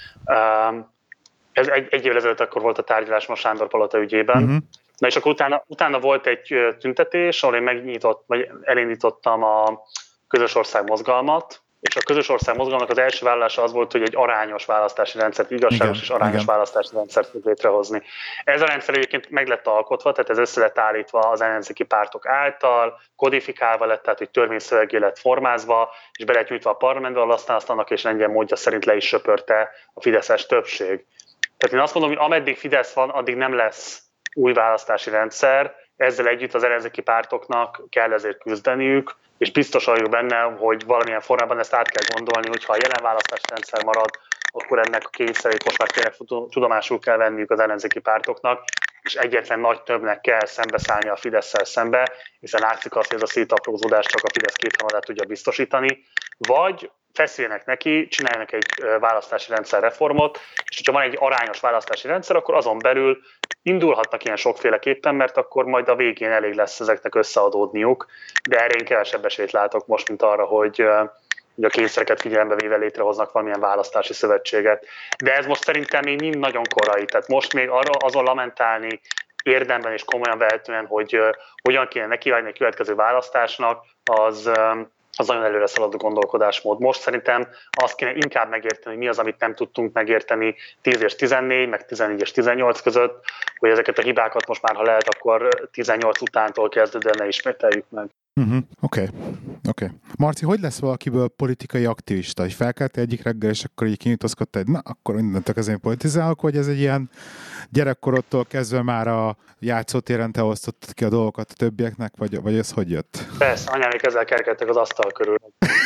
Ez egy évvel ezelőtt akkor volt a tárgyalás most Sándor Palota ügyében. Uh-huh. Na és akkor utána volt egy tüntetés, ahol én elindítottam a Közös Ország mozgalmat, és a Közös Ország mozgalomnak az első vállalása az volt, hogy egy arányos választási rendszert, igazságos és arányos választási rendszert fog létrehozni. Ez a rendszer egyébként meg lett alkotva, tehát ez össze lett állítva az ellenzéki pártok által, kodifikálva lett, tehát hogy törvényszövegé lett formázva, és be lett nyújtva a parlamentbe, aztán annak és lengyel módja szerint le is söpörte a fideszes többség. Tehát én azt mondom, hogy ameddig Fidesz van, addig nem lesz új választási rendszer, ezzel együtt az ellenzéki pártoknak kell ezért küzdeniük, és biztos vagyok benne, hogy valamilyen formában ezt át kell gondolni, hogy ha a jelen választási rendszer marad, akkor ennek a kényszerét most már tényleg tudomásul kell venniük az ellenzéki pártoknak, és egyetlen nagy többnek kell szembeszállni a Fidesszel szembe, hiszen látszik azt, hogy ez a szétaprózódás csak a Fidesz kétharmadát tudja biztosítani, vagy feszüljenek neki, csináljanak egy választási rendszerreformot, és hogyha van egy arányos választási rendszer, akkor azon belül indulhatnak ilyen sokféleképpen, mert akkor majd a végén elég lesz ezeknek összeadódniuk, de erre én kevesebb esélyt látok most, mint arra, hogy a kényszereket figyelembe véve létrehoznak valamilyen választási szövetséget. De ez most szerintem még mind nagyon korai, tehát most még azon lamentálni érdemben és komolyan vehetően, hogy hogyan kéne nekivágni a következő választásnak, az nagyon előre szaladó gondolkodásmód. Most szerintem azt kéne inkább megérteni, hogy mi az, amit nem tudtunk megérteni 10 és 14, meg 14 és 18 között, hogy ezeket a hibákat most már, ha lehet, akkor 18 utántól kezdődően ne ismételjük meg. Oké. Marci, hogy lesz valakiből politikai aktivista? Hogy felkelti egyik reggel, és akkor így kinyitózkodta, hogy na, akkor mindentől kezdeni politizálok, hogy ez egy ilyen gyerekkorodtól kezdve már a játszótéren te osztottad ki a dolgokat a többieknek, vagy ez hogy jött? Persze, anyámék ezzel kerkedtek az asztal körül.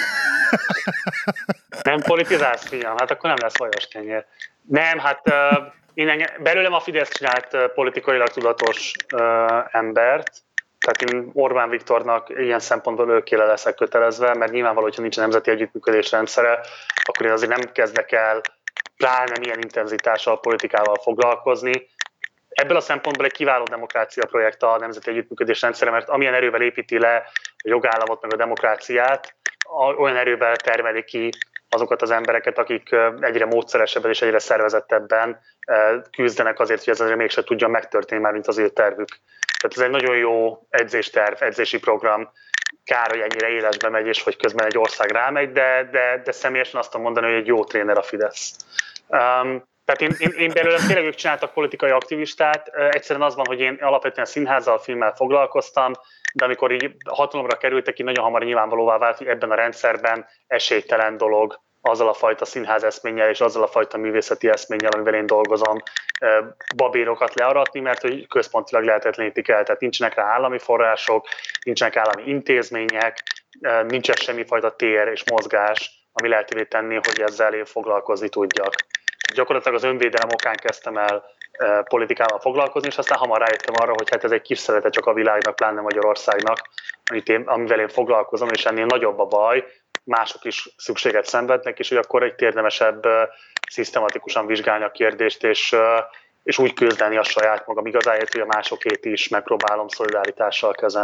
Nem politizálsz, fiam? Hát akkor nem lesz vajos kenyér. Nem, hát belőlem a Fidesz csinált politikailag tudatos embert, tehát én Orbán Viktornak ilyen szempontból őkére leszek kötelezve, mert nyilvánvaló, hogyha nincs a nemzeti együttműködés rendszere, akkor én azért nem kezdek el pláne milyen intenzitással politikával foglalkozni. Ebből a szempontból egy kiváló demokrácia projekt a nemzeti együttműködés rendszere, mert amilyen erővel építi le a jogállamot meg a demokráciát, olyan erővel termeli ki azokat az embereket, akik egyre módszeresebben és egyre szervezettebben küzdenek azért, hogy ez azért mégsem tudjon megtörténni már, mint az ő tervük. Tehát ez egy nagyon jó edzésterv, edzési program. Kár, hogy ennyire élesbe megy, és hogy közben egy ország rámegy, de személyesen azt mondani, hogy egy jó tréner a Fidesz. Tehát én belőlem tényleg ők csináltak politikai aktivistát. Egyszerűen az van, hogy én alapvetően színházzal, filmmel foglalkoztam, de amikor így hatalomra kerültek, így nagyon hamar nyilvánvalóvá vált, hogy ebben a rendszerben esélytelen dolog azzal a fajta színház eszménnyel és azzal a fajta művészeti eszménnyel, amivel én dolgozom, babérokat learatni, mert hogy központilag lehetetlenítik el. Tehát nincsenek rá állami források, nincsenek állami intézmények, nincsen semmifajta tér és mozgás, ami lehetővé tenni, hogy ezzel én foglalkozni tudjak. Gyakorlatilag az önvédelem okán kezdtem el politikával foglalkozni, és aztán hamar rájöttem arra, hogy hát ez egy kis szelete csak a világnak, pláne Magyarországnak, amivel én foglalkozom, és ennél nagyobb a baj, mások is szükséget szenvednek, és hogy akkor egy érdemesebb szisztematikusan vizsgálni a kérdést, és úgy küzdeni a saját magam igazáért, hogy a másokét is megpróbálom szolidaritással kezelni.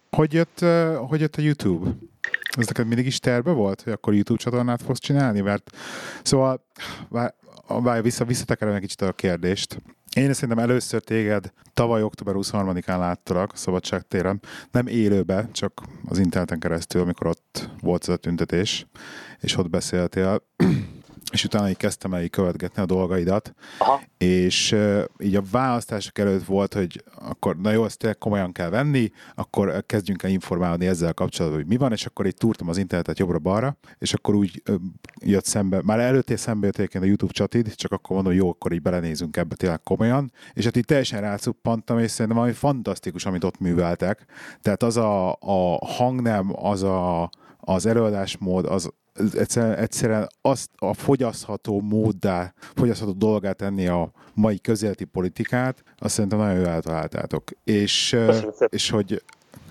Hogy jött a YouTube? Ez neked mindig is terve volt, hogy akkor YouTube csatornát fogsz csinálni? Mert szóval, visszatekerem egy kicsit a kérdést. Én szerintem először téged tavaly október 23-án láttalak Szabadságtéren, nem élőbe, csak az interneten keresztül, amikor ott volt ez a tüntetés, és ott beszéltél, és utána így kezdtem el követgetni a dolgaidat, Aha. és így a választások előtt volt, hogy akkor, na jó, ezt komolyan kell venni, akkor kezdjünk el informálni ezzel kapcsolatban, hogy mi van, és akkor így túrtam az internetet jobbra-balra, és akkor úgy jött szembe, már előtte szembe jött egyébként a YouTube chatid, csak akkor mondom, hogy jó, akkor így belenézünk ebbe tényleg komolyan, és hát így teljesen rácuppantam, és szerintem valami fantasztikus, amit ott műveltek. Tehát az a hangnem, az előadásmód, az egyszerűen azt a fogyasztható dolgá tenni a mai közéleti politikát, azt szerintem nagyon jól eltaláltátok. És hogy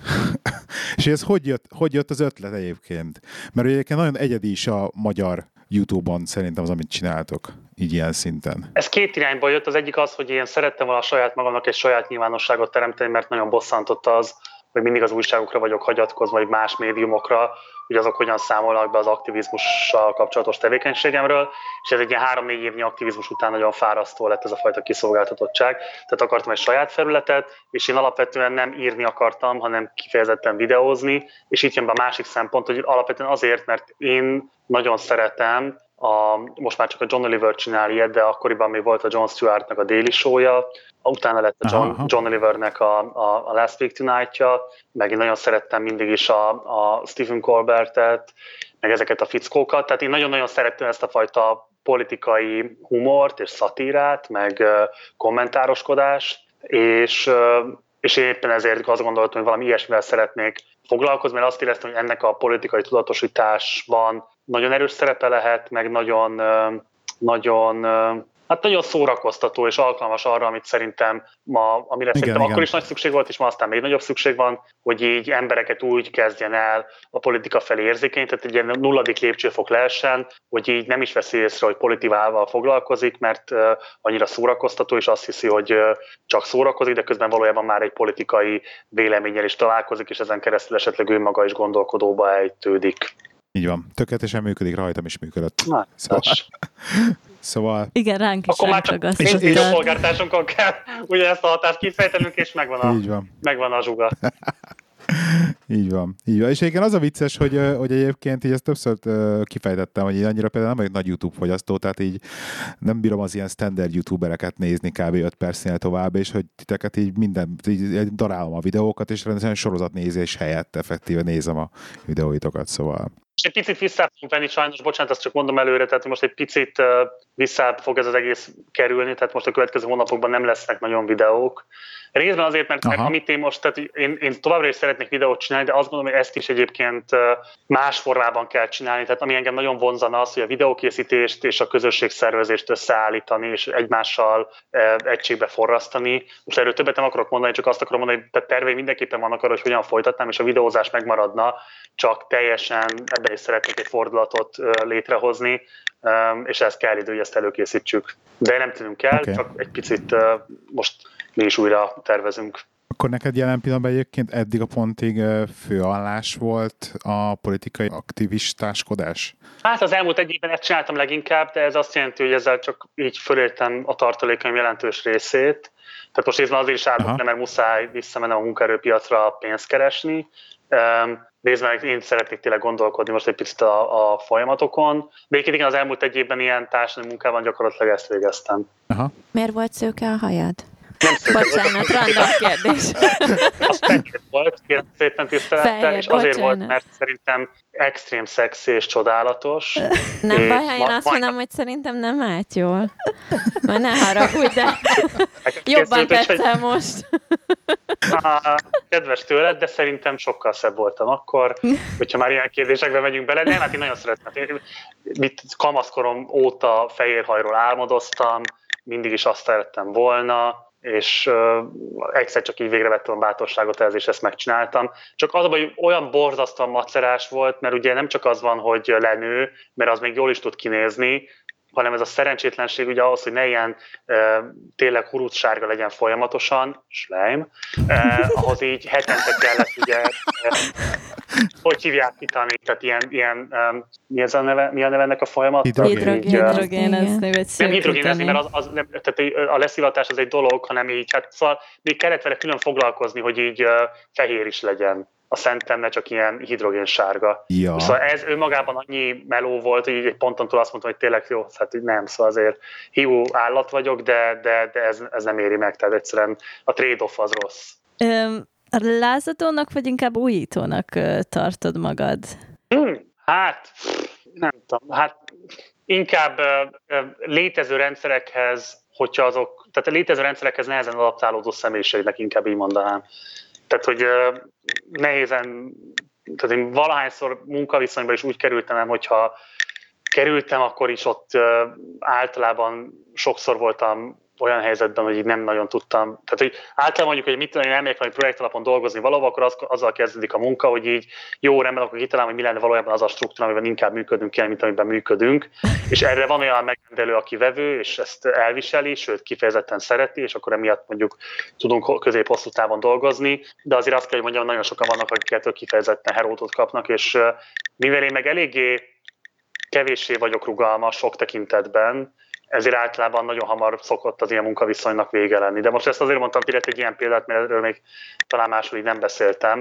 és ez hogy jött az ötlet egyébként? Mert egyébként nagyon egyedi is a magyar YouTube-on szerintem az, amit csináltok, így ilyen szinten. Ez két irányból jött. Az egyik az, hogy én szerettem volna saját magamnak egy saját nyilvánosságot teremteni, mert nagyon bosszantott az, hogy mindig az újságokra vagyok hagyatkozva, vagy más médiumokra, hogy azok hogyan számolnak be az aktivizmussal kapcsolatos tevékenységemről, és ez egy ilyen 3-4 évnyi aktivizmus után nagyon fárasztó lett ez a fajta kiszolgáltatottság. Tehát akartam egy saját felületet, és én alapvetően nem írni akartam, hanem kifejezetten videózni, és itt jön be a másik szempont, hogy alapvetően azért, mert én nagyon szeretem, most már csak a John Oliver csinál ilyet, de akkoriban még volt a Jon Stewartnak a Daily Show-ja, utána lett a John Olivernek a Last Week Tonight-ja, meg én nagyon szerettem mindig is a Stephen Colbertet, meg ezeket a fickókat, tehát én nagyon-nagyon szerettem ezt a fajta politikai humort és szatírát, meg kommentároskodást, és én éppen ezért azt gondoltam, hogy valami ilyesmivel szeretnék foglalkozni, mert azt éreztem, hogy ennek a politikai tudatosításban nagyon erős szerepe lehet, meg nagyon szórakoztató és alkalmas arra, amit szerintem amire szerintem akkor is nagy szükség volt, és ma aztán még nagyobb szükség van, hogy így embereket úgy kezdjen el a politika felé érzékenyíteni, tehát egy ilyen 0. lépcsőfok lehessen, hogy így nem is veszi észre, hogy politikával foglalkozik, mert annyira szórakoztató, és azt hiszi, hogy csak szórakozik, de közben valójában már egy politikai véleménnyel is találkozik, és ezen keresztül esetleg ő maga is gondolkodóba ejtődik. Így van. Tökéletesen működik, rajtam is működött. Szóval... Igen, ránk is akkor már csak és a polgártársunkon kell ugye ezt a hatást kifejtenünk, és megvan a zsuga. Így van. És egyébként az a vicces, hogy egyébként így ezt többször kifejtettem, hogy én annyira például nem vagyok nagy YouTube fogyasztó, tehát így nem bírom az ilyen standard youtubereket nézni kb. 5 percnél tovább, és hogy titeket így így darálom a videókat, és rendesen sorozatnézés helyett effektíve nézem a videóitokat, szóval... És egy picit vissza fogunk venni, sajnos, bocsánat, azt csak mondom előre, tehát most egy picit vissza fog ez az egész kerülni, tehát most a következő hónapokban nem lesznek nagyon videók. Részben azért, mert amit én most, tehát én továbbra is szeretnék videót csinálni, de azt gondolom, hogy ezt is egyébként más formában kell csinálni. Tehát ami engem nagyon vonzana az, hogy a videókészítést és a közösségszervezést összeállítani, és egymással egységbe forrasztani. Most erről többet nem akarok mondani, csak azt akarom mondani, hogy terveim mindenképpen vannak arra, hogy hogyan folytatnám, és a videózás megmaradna, csak teljesen ebben is szeretnék egy fordulatot létrehozni, és ez kell idő, hogy ezt előkészítsük. De nem tűnünk el, csak egy picit most mi is újra tervezünk. Akkor neked jelen pillanatban egyébként eddig a pontig főállás volt a politikai aktivistáskodás? Hát az elmúlt egy évben ezt csináltam leginkább, de ez azt jelenti, hogy ezzel csak így fölértem a tartalékaim jelentős részét. Tehát most részben azért is állok, mert muszáj visszamennem a munkaerőpiacra pénzt keresni. Részben én szeretnék tényleg gondolkodni most egy picit a folyamatokon. De igen, az elmúlt egy évben ilyen társadalmi munkában gyakorlatilag ezt végeztem. Aha. Miért volt szőke a hajad? Nem szőke. Bocsánat, random kérdés. Az fehér volt, kérem szépen tisztelettel, és azért volt, mert szerintem extrém szexi és csodálatos. Nem baj, ha én azt mondom, hogy szerintem nem állt jól. Majd ne haragudj, de jobban tetszel most. Kedves tőled, de szerintem sokkal szebb voltam akkor, hogyha már ilyen kérdésekbe megyünk bele. Nem, hát én nagyon szeretem. Kamaszkorom óta fehérhajról álmodoztam, mindig is azt szerettem volna, és egyszer csak így végre vettem a bátorságot ehhez, és ezt megcsináltam. Csak az, hogy olyan borzasztóan macerás volt, mert ugye nem csak az van, hogy lenő, mert az még jól is tud kinézni, hanem ez a szerencsétlenség ugye ahhoz, hogy ne ilyen tényleg hurucssárga legyen folyamatosan, slime, ahhoz így hetente kellett ugye, hogy hívják kitani, tehát ilyen mi a neve ennek a folyamat? Hidrogénezni, vagy nem hidrogénezni, mert tehát a leszivatás az egy dolog, hanem így, hát szóval még kellett vele külön foglalkozni, hogy így fehér is legyen a szentem, ne csak ilyen hidrogénsárga. Ja. Szóval ez önmagában annyi meló volt, hogy így egy ponton túl azt mondtam, hogy tényleg jó, hát nem, szóval azért hiú állat vagyok, de ez nem éri meg, tehát egyszerűen a trade-off az rossz. Lázadónak, vagy inkább újítónak tartod magad? Hát, nem tudom, hát inkább létező rendszerekhez, hogyha azok, tehát a létező rendszerekhez nehezen adaptálódó személyiségnek inkább így mondanám. Tehát, hogy nehézen, tehát én valahányszor munkaviszonyban is úgy kerültem, hogyha kerültem, akkor is ott általában sokszor voltam olyan helyzetben, hogy így nem nagyon tudtam. Tehát, hogy általában mondjuk, hogy mit tudom, én elmegyek valami projekt alapon dolgozni valahol, akkor azzal kezdődik a munka, hogy így jó, rendben, akkor kitalálom, hogy mi lenne valójában az a struktúra, amiben inkább működünk kell, mint amiben működünk. És erre van olyan megrendelő, aki vevő, és ezt elviseli, sőt kifejezetten szereti, és akkor emiatt mondjuk tudunk közép-hosszú távon dolgozni. De azért azt kell, hogy mondjam, nagyon sokan vannak, akik ettől kifejezetten herótot kapnak, és mivel én meg eléggé kevéssé vagyok rugalmas sok tekintetben, ezért általában nagyon hamar szokott az ilyen munkaviszonynak vége lenni. De most ezt azért mondtam direkt egy ilyen példát, mert erről még talán máshol így nem beszéltem.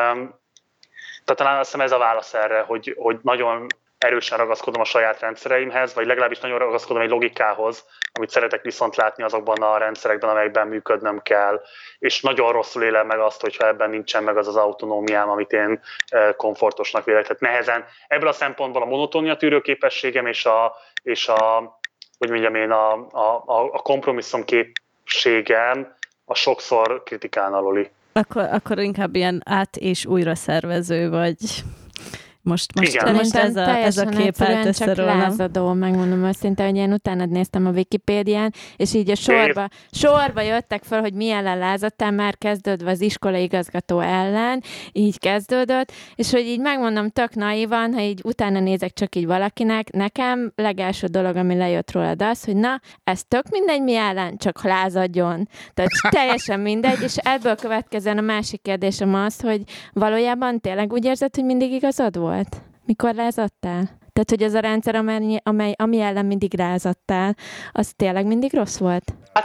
Tehát talán azt hiszem ez a válasz erre, hogy nagyon erősen ragaszkodom a saját rendszereimhez, vagy legalábbis nagyon ragaszkodom egy logikához, amit szeretek viszont látni azokban a rendszerekben, amelyekben működnöm kell, és nagyon rosszul élem meg azt, hogyha ebben nincsen meg az az autonómiám, amit én komfortosnak vélek. Tehát nehezen ebből a szempontból a monotónia tűrőképességem és a hogy mondjam én, a kompromisszum képességem a sokszor kritikán aluli. Akkor inkább ilyen át- és újra szervező vagy. Most ez a kép állt csak lázadó, megmondom őszintén, hogy én utána néztem a Wikipédián, és így a sorba jöttek fel, hogy mi ellen lázadtál, már kezdődve az iskolai igazgató ellen, így kezdődött, és hogy így megmondom tök naívan, ha így utána nézek csak így valakinek, nekem legelső dolog, ami lejött rólad az, hogy na, ez tök mindegy mi ellen, csak lázadjon. Tehát teljesen mindegy, és ebből következően a másik kérdésem az, hogy valójában tényleg úgy érzed, hogy mindig igazad volt? Mikor lázadtál? Tehát, hogy ez a rendszer, ami ellen mindig lázadtál, az tényleg mindig rossz volt? Hát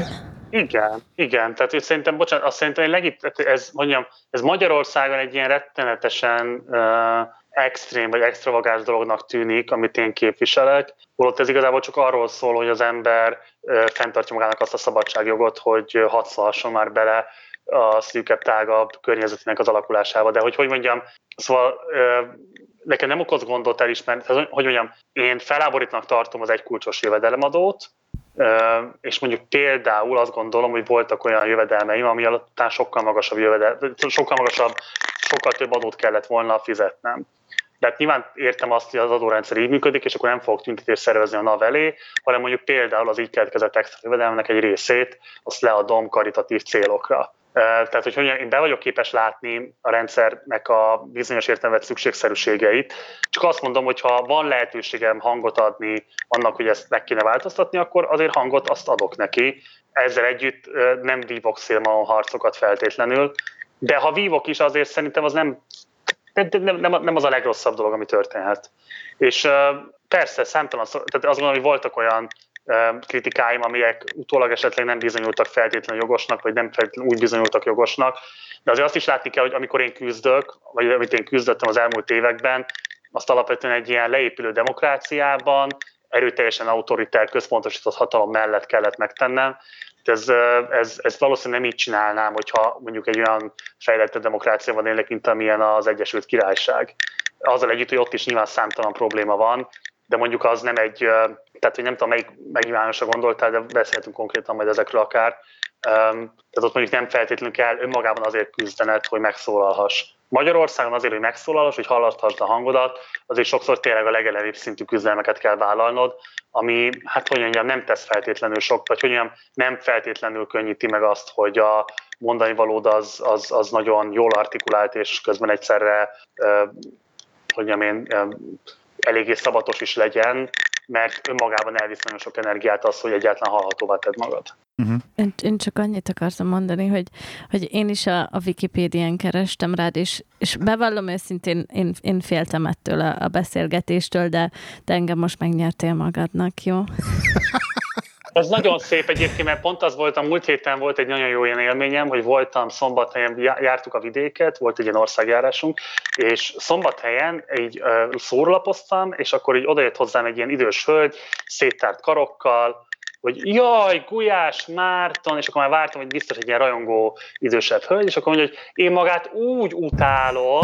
igen. Tehát azt szerintem ez Magyarországon egy ilyen rettenetesen extrém vagy extravagáns dolognak tűnik, amit én képviselek. Holott ez igazából csak arról szól, hogy az ember fenntartja magának azt a szabadságjogot, hogy hadszolhasson már bele a szűkebb, tágabb környezetének az alakulásába. De hogy mondjam, szóval nekem nem okoz gondot elismerni, hogy mondjam, én feláborítnak tartom az egykulcsos jövedelemadót, és mondjuk például azt gondolom, hogy voltak olyan jövedelmeim, ami alatt sokkal több adót kellett volna fizetnem. De hát nyilván értem azt, hogy az adórendszer így működik, és akkor nem fogok tüntetést szervezni a NAV elé, hanem mondjuk például az így keletkezett extra jövedelmnek egy részét, azt leadom karitatív célokra. Tehát, hogy én be vagyok képes látni a rendszernek a bizonyos értelemben szükségszerűségeit, csak azt mondom, hogy ha van lehetőségem hangot adni annak, hogy ezt meg kéne változtatni, akkor azért hangot azt adok neki. Ezzel együtt nem vívok szélmalom harcokat feltétlenül, de ha vívok is, azért szerintem az nem az a legrosszabb dolog, ami történhet. És persze, számtalan, tehát azt gondolom, hogy voltak olyan kritikáim, amelyek utólag esetleg nem bizonyultak feltétlenül jogosnak, vagy nem feltétlenül úgy bizonyultak jogosnak, de azért azt is látni kell, hogy amikor én küzdök, vagy amit én küzdöttem az elmúlt években, azt alapvetően egy ilyen leépülő demokráciában, erőteljesen autoritár, központosított hatalom mellett kellett megtennem. Ez valószínűleg nem így csinálnám, hogyha mondjuk egy olyan fejlettebb demokráciában élek, mint amilyen az Egyesült Királyság. Azzal együtt, hogy ott is nyilván számtalan probléma van, de mondjuk az nem egy, tehát hogy nem tudom, melyik megnyilvánosra gondoltál, de beszélhetünk konkrétan majd ezekről akár. Tehát ott mondjuk nem feltétlenül kell önmagában azért küzdened, hogy megszólalhass. Magyarországon azért, hogy megszólalhass, hogy hallathassd a hangodat, azért sokszor tényleg a legelemibb szintű küzdelmeket kell vállalnod, ami, hát hogy mondjam, nem tesz feltétlenül sok, vagy hogy mondjam, nem feltétlenül könnyíti meg azt, hogy a mondani valód az nagyon jól artikulált, és közben egyszerre, hogy mondjam én, eléggé szabatos is legyen. mert önmagában elvisz nagyon sok energiát az, hogy egyáltalán hallhatóvá tedd magad. Én csak annyit akartam mondani, hogy én is a Wikipédián kerestem rád, és bevallom őszintén, én féltem ettől a beszélgetéstől, de engem most megnyertél magadnak, jó? Ez nagyon szép egyébként, mert pont az volt, a múlt héten volt egy nagyon jó ilyen élményem, hogy voltam Szombathelyen, jártuk a vidéket, volt egy ilyen országjárásunk, és Szombathelyen így szórólapoztam, és akkor így odajött hozzám egy ilyen idős hölgy, széttárt karokkal, hogy jaj, Gulyás Márton, és akkor már vártam, hogy biztos egy ilyen rajongó idősebb hölgy, és akkor mondja, hogy én magát úgy utálom,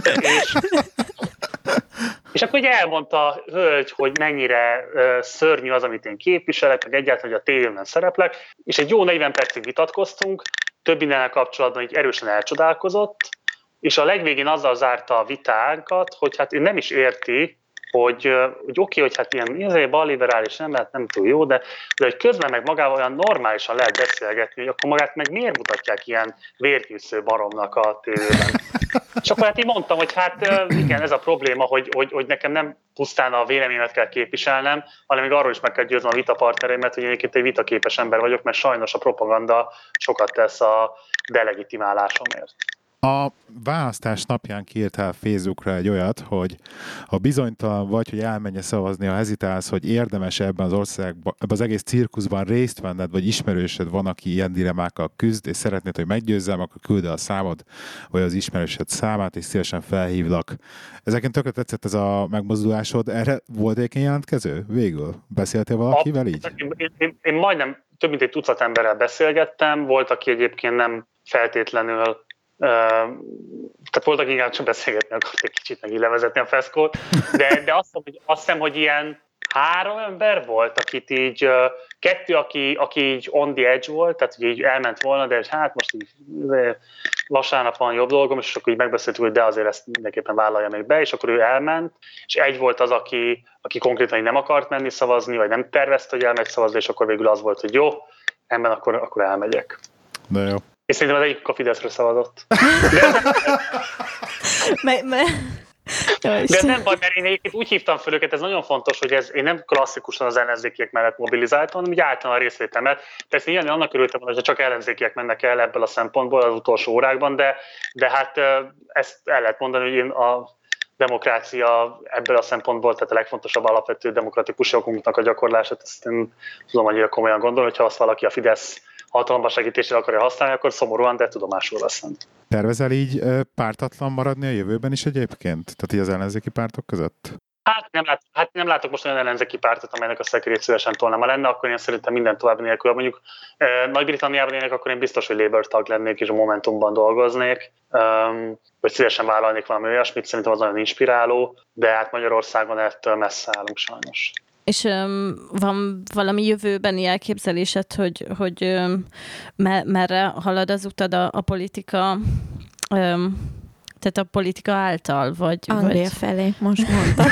és akkor ugye elmondta a hölgy, hogy mennyire szörnyű az, amit én képviselek, meg egyáltalán, hogy a tévében szereplek, és egy jó 40 percig vitatkoztunk, több mindennel kapcsolatban így erősen elcsodálkozott, és a legvégén azzal zárta a vitánkat, hogy hát ő nem is érti, hogy oké, hogy hát ilyen balliberális nem túl jó, de hogy közben meg magával olyan normálisan lehet beszélgetni, hogy akkor magát meg miért mutatják ilyen vérnyűsző baromnak a tévében. És akkor hát így mondtam, hogy hát igen, ez a probléma, hogy nekem nem pusztán a véleményemet kell képviselnem, hanem még arról is meg kell győznöm a vitapartnereimet, hogy én egyébként egy vitaképes ember vagyok, mert sajnos a propaganda sokat tesz a delegitimálásomért. A választás napján kiírtál Facebookra egy olyat, hogy ha bizonytalan vagy, hogy elmenj szavazni, ha hezitálsz, hogy érdemes ebben az országban, ebben az egész cirkuszban részt venned, vagy ismerősöd van, aki ilyen dilemmákkal küzd, és szeretnéd, hogy meggyőzzem, akkor küld el a számod, vagy az ismerősöd számát, és szívesen felhívlak. Ezeken tökre tetszett ez a megmozdulásod. Erre volt egyébként jelentkező? Végül? Beszéltél valakivel így? Én majdnem több mint egy tucat emberrel beszélgettem, volt, aki egyébként nem feltétlenül tehát voltak inkább csak beszélgetni, akkor egy kicsit meg így levezetni a feszkót, de azt hiszem, hogy ilyen 3 ember volt, akit így, 2, aki így on the edge volt, tehát így elment volna, de hát most így vasárnap van jobb dolgom, és akkor így megbeszéltük, hogy de azért ezt mindenképpen vállalja még be, és akkor ő elment, és egy volt az, aki konkrétan nem akart menni szavazni, vagy nem tervezte, hogy elmegy szavazni, és akkor végül az volt, hogy jó, ember akkor elmegyek. De jó. És szerintem az egyik a Fideszre szavazott. De ez nem baj, mert én egyébként úgy hívtam fel őket, ez nagyon fontos, hogy én nem klasszikusan az ellenzékiek mellett mobilizáltam, hanem úgy általán a részvétemet. Persze nyilván annak örültem, hogy csak ellenzékiek mennek el ebből a szempontból az utolsó órákban, de hát ezt el lehet mondani, hogy én a demokrácia ebből a szempontból, tehát a legfontosabb alapvető demokratikus jogunknak a gyakorlását, ezt én tudom annyira komolyan gondolni, hogyha azt valaki a Fidesz hatalomba segítésre akarja használni, akkor szomorúan, de tudomásul veszem. Tervezel így pártatlan maradni a jövőben is egyébként? Tehát így az ellenzéki pártok között? Hát nem látok most olyan ellenzéki pártot, amelynek a szekerét szívesen tolnám. Ha lenne, akkor én szerintem minden további nélkül. Mondjuk Nagy-Britanniában élnek, akkor én biztos, hogy Labour tag lennék és a Momentumban dolgoznék, vagy szívesen vállalnék valami olyasmit, szerintem az nagyon inspiráló, de hát Magyarországon ettől messze állunk sajnos. És van valami jövőbeni elképzelésed, hogy merre halad az utad a politika, tehát a politika által, vagy... Anglia felé, most mondtam.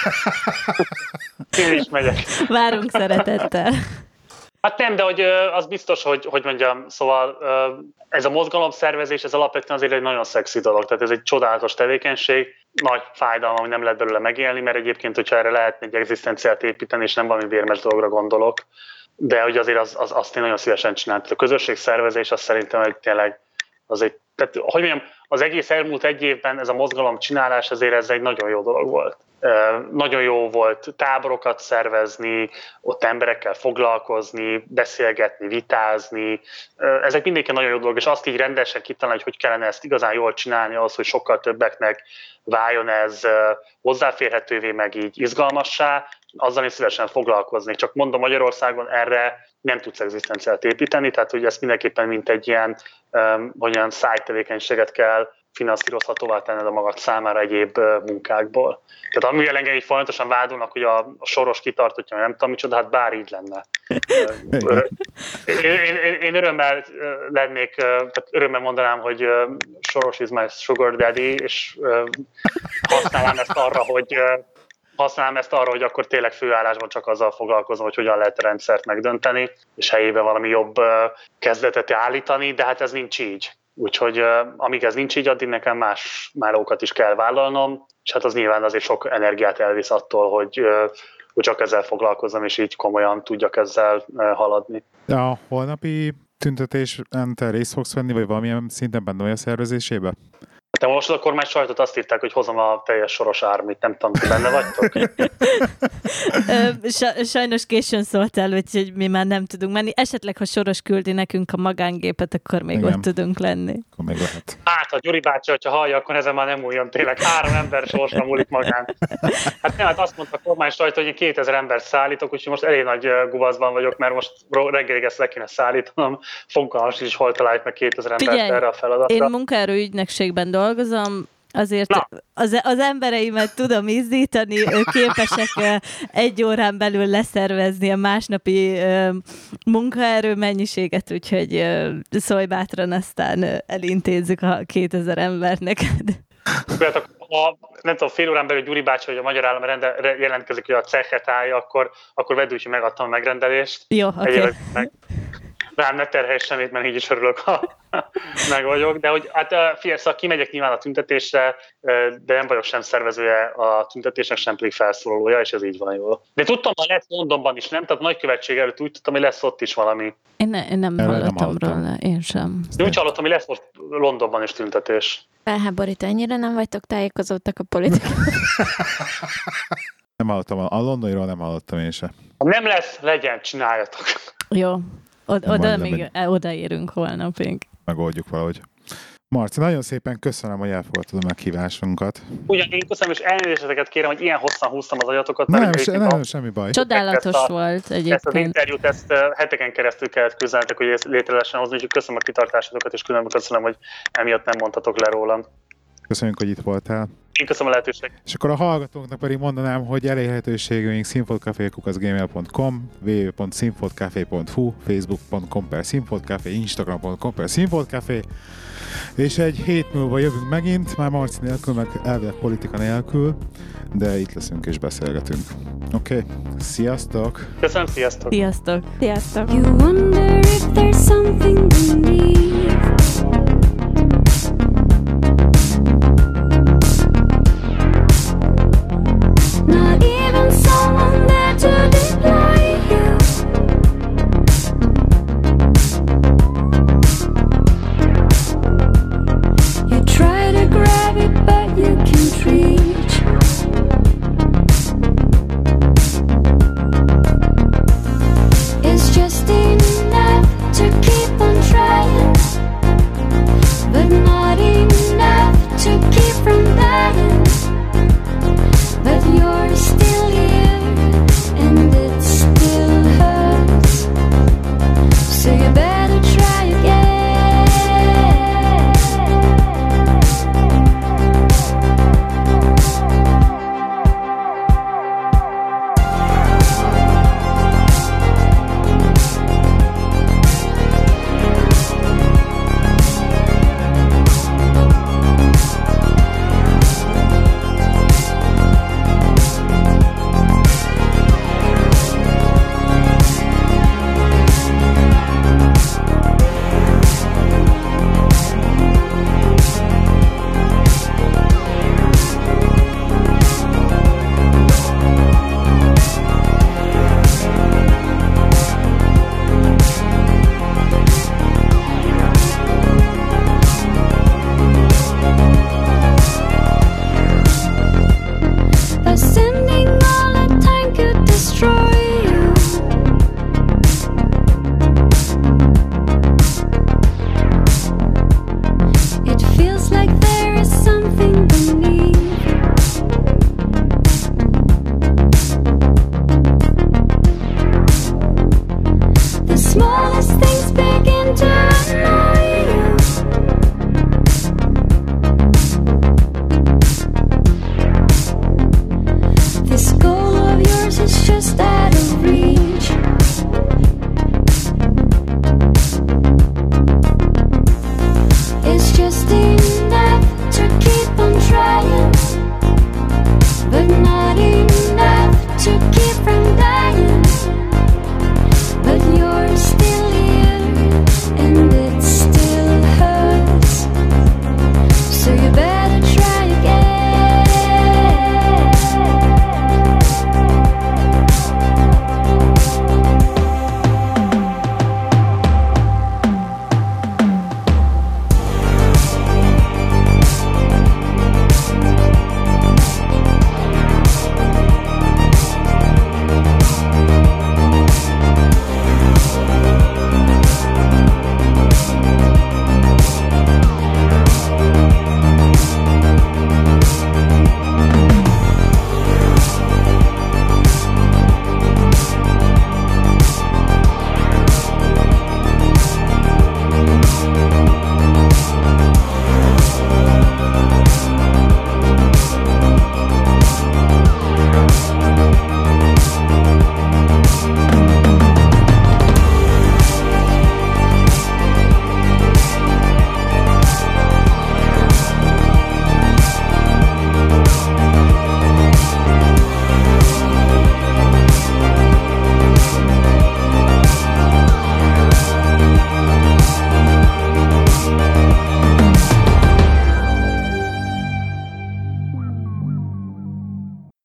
Én is megyek. Várunk szeretettel. Hát nem, de hogy az biztos, hogy mondjam, szóval ez a mozgalomszervezés, ez alapvetően azért egy nagyon szexi dolog, tehát ez egy csodálatos tevékenység, nagy fájdalom, hogy nem lehet belőle megélni, mert egyébként, hogyha erre lehetne egy egzisztenciát építeni, és nem valami vérmes dologra gondolok, de hogy azért azt én nagyon szívesen csináltam. A közösségszervezés azt szerintem, hogy tényleg az egy, tehát, hogy mondjam, az egész elmúlt 1 évben ez a mozgalom csinálás, azért ez egy nagyon jó dolog volt. Nagyon jó volt táborokat szervezni, ott emberekkel foglalkozni, beszélgetni, vitázni. Ezek mindenki nagyon jó dolog, és azt így rendesen kitalálni, hogy kellene ezt igazán jól csinálni ahhoz, hogy sokkal többeknek váljon ez hozzáférhetővé, meg így izgalmassá, azzal én szívesen foglalkoznék. Csak mondom, Magyarországon erre nem tudsz egzisztenciát építeni, tehát hogy ezt mindenképpen mint egy ilyen olyan szájtevékenységet kell finanszírozhatóvá tenned a magad számára egyéb munkákból. Tehát amivel engem így folyamatosan vádolnak, hogy a Soros kitartottja, nem tudom micsoda, hát bár így lenne. Én örömmel lennék, tehát örömmel mondanám, hogy Soros is my sugar daddy, és használnám ezt arra, hogy akkor tényleg főállásban csak azzal foglalkozom, hogy hogyan lehet a rendszert megdönteni, és helyébe valami jobb kezdetet állítani, de hát ez nincs így. Úgyhogy amíg ez nincs így, addig nekem más málókat is kell vállalnom, és hát az nyilván azért sok energiát elvisz attól, hogy csak ezzel foglalkozom, és így komolyan tudjak ezzel haladni. A holnapi tüntetésen te részt fogsz venni, vagy valamilyen szinten benne olyan szervezésébe? Te most a kormány sajtot azt írták, hogy hozom a teljes soros ármit, nem tudom, ti benne vagytok? Sajnos későn szóltál, úgyhogy mi már nem tudunk menni. Esetleg, ha Soros küldi nekünk a magángépet, akkor még Igen. ott tudunk lenni. Akkor még lehet. Hát, ha Gyuri bácsi, hogyha hallja, akkor ezen már nem múljon, tényleg 3 ember sorsra múlik magán. Hát nem, hát azt mondta a kormány sajtó, hogy én 2000 embert szállítok, úgyhogy most elég nagy guvaszban vagyok, mert most reggelig ezt le kéne szállítanom. Fogalmas is, hol találjuk meg 2000 embert erre a feladatra. Én munkaerőügynökségben dolgozom, azért az embereimet tudom izzítani, ők képesek 1 órán belül leszervezni a másnapi munkaerő mennyiséget, úgyhogy szólj bátran, aztán elintézzük a 2000 embert neked. Ha nem tudom, fél órán belül Gyuri bácsi, hogy a Magyar Állam jelentkezik, hogy a cechet állja, akkor vedd úgy, hogy megadtam a megrendelést. Jó, oké. Rám ne terhelj semmit, mert így is örülök, ha meg vagyok. De hogy hát figyelj, szóval kimegyek nyilván a tüntetésre, de nem vagyok sem szervezője a tüntetésnek, sem pedig felszólalója, és ez így van jól. De tudtam, hogy lesz Londonban is, nem? Tehát nagykövetség előtt úgy tudtam, hogy lesz ott is valami. Én nem hallottam róla, én sem. De úgy hallottam, hogy lesz most Londonban is tüntetés. Felháborító, ennyire nem vagytok tájékozottak a politikában? Nem hallottam, a londoniról nem hallottam én se. Ha nem lesz, legyen, csináljatok. Jó, odaérünk holnapig. Megoldjuk valahogy. Marci, nagyon szépen köszönöm, hogy elfogadtad a meghívásunkat. Ugyan én köszönöm, és elnézéseteket kérem, hogy ilyen hosszan húztam az agyatokat. Nem, semmi baj. Csodálatos volt egyébként. Ezt az interjút, heteken keresztül kellett küzdelnetek, hogy ezt létre lehessen hozni, úgyhogy köszönöm a kitartásodokat, és különben köszönöm, hogy emiatt nem mondhatok le rólam. Köszönjük, hogy itt voltál. Én köszönöm a lehetőséget. És akkor a hallgatóknak pedig mondanám, hogy elérhetőségünk színfoltcafé@gmail.com, www.színfoltcafé.hu, facebook.com/színfoltcafé, instagram.com/színfoltcafé, és egy hét múlva jövünk megint, már Marci nélkül, meg elvileg politika nélkül, de itt leszünk és beszélgetünk. Oké, sziasztok! Köszönöm, sziasztok! Sziasztok! Sziasztok! You wonder if there's something beneath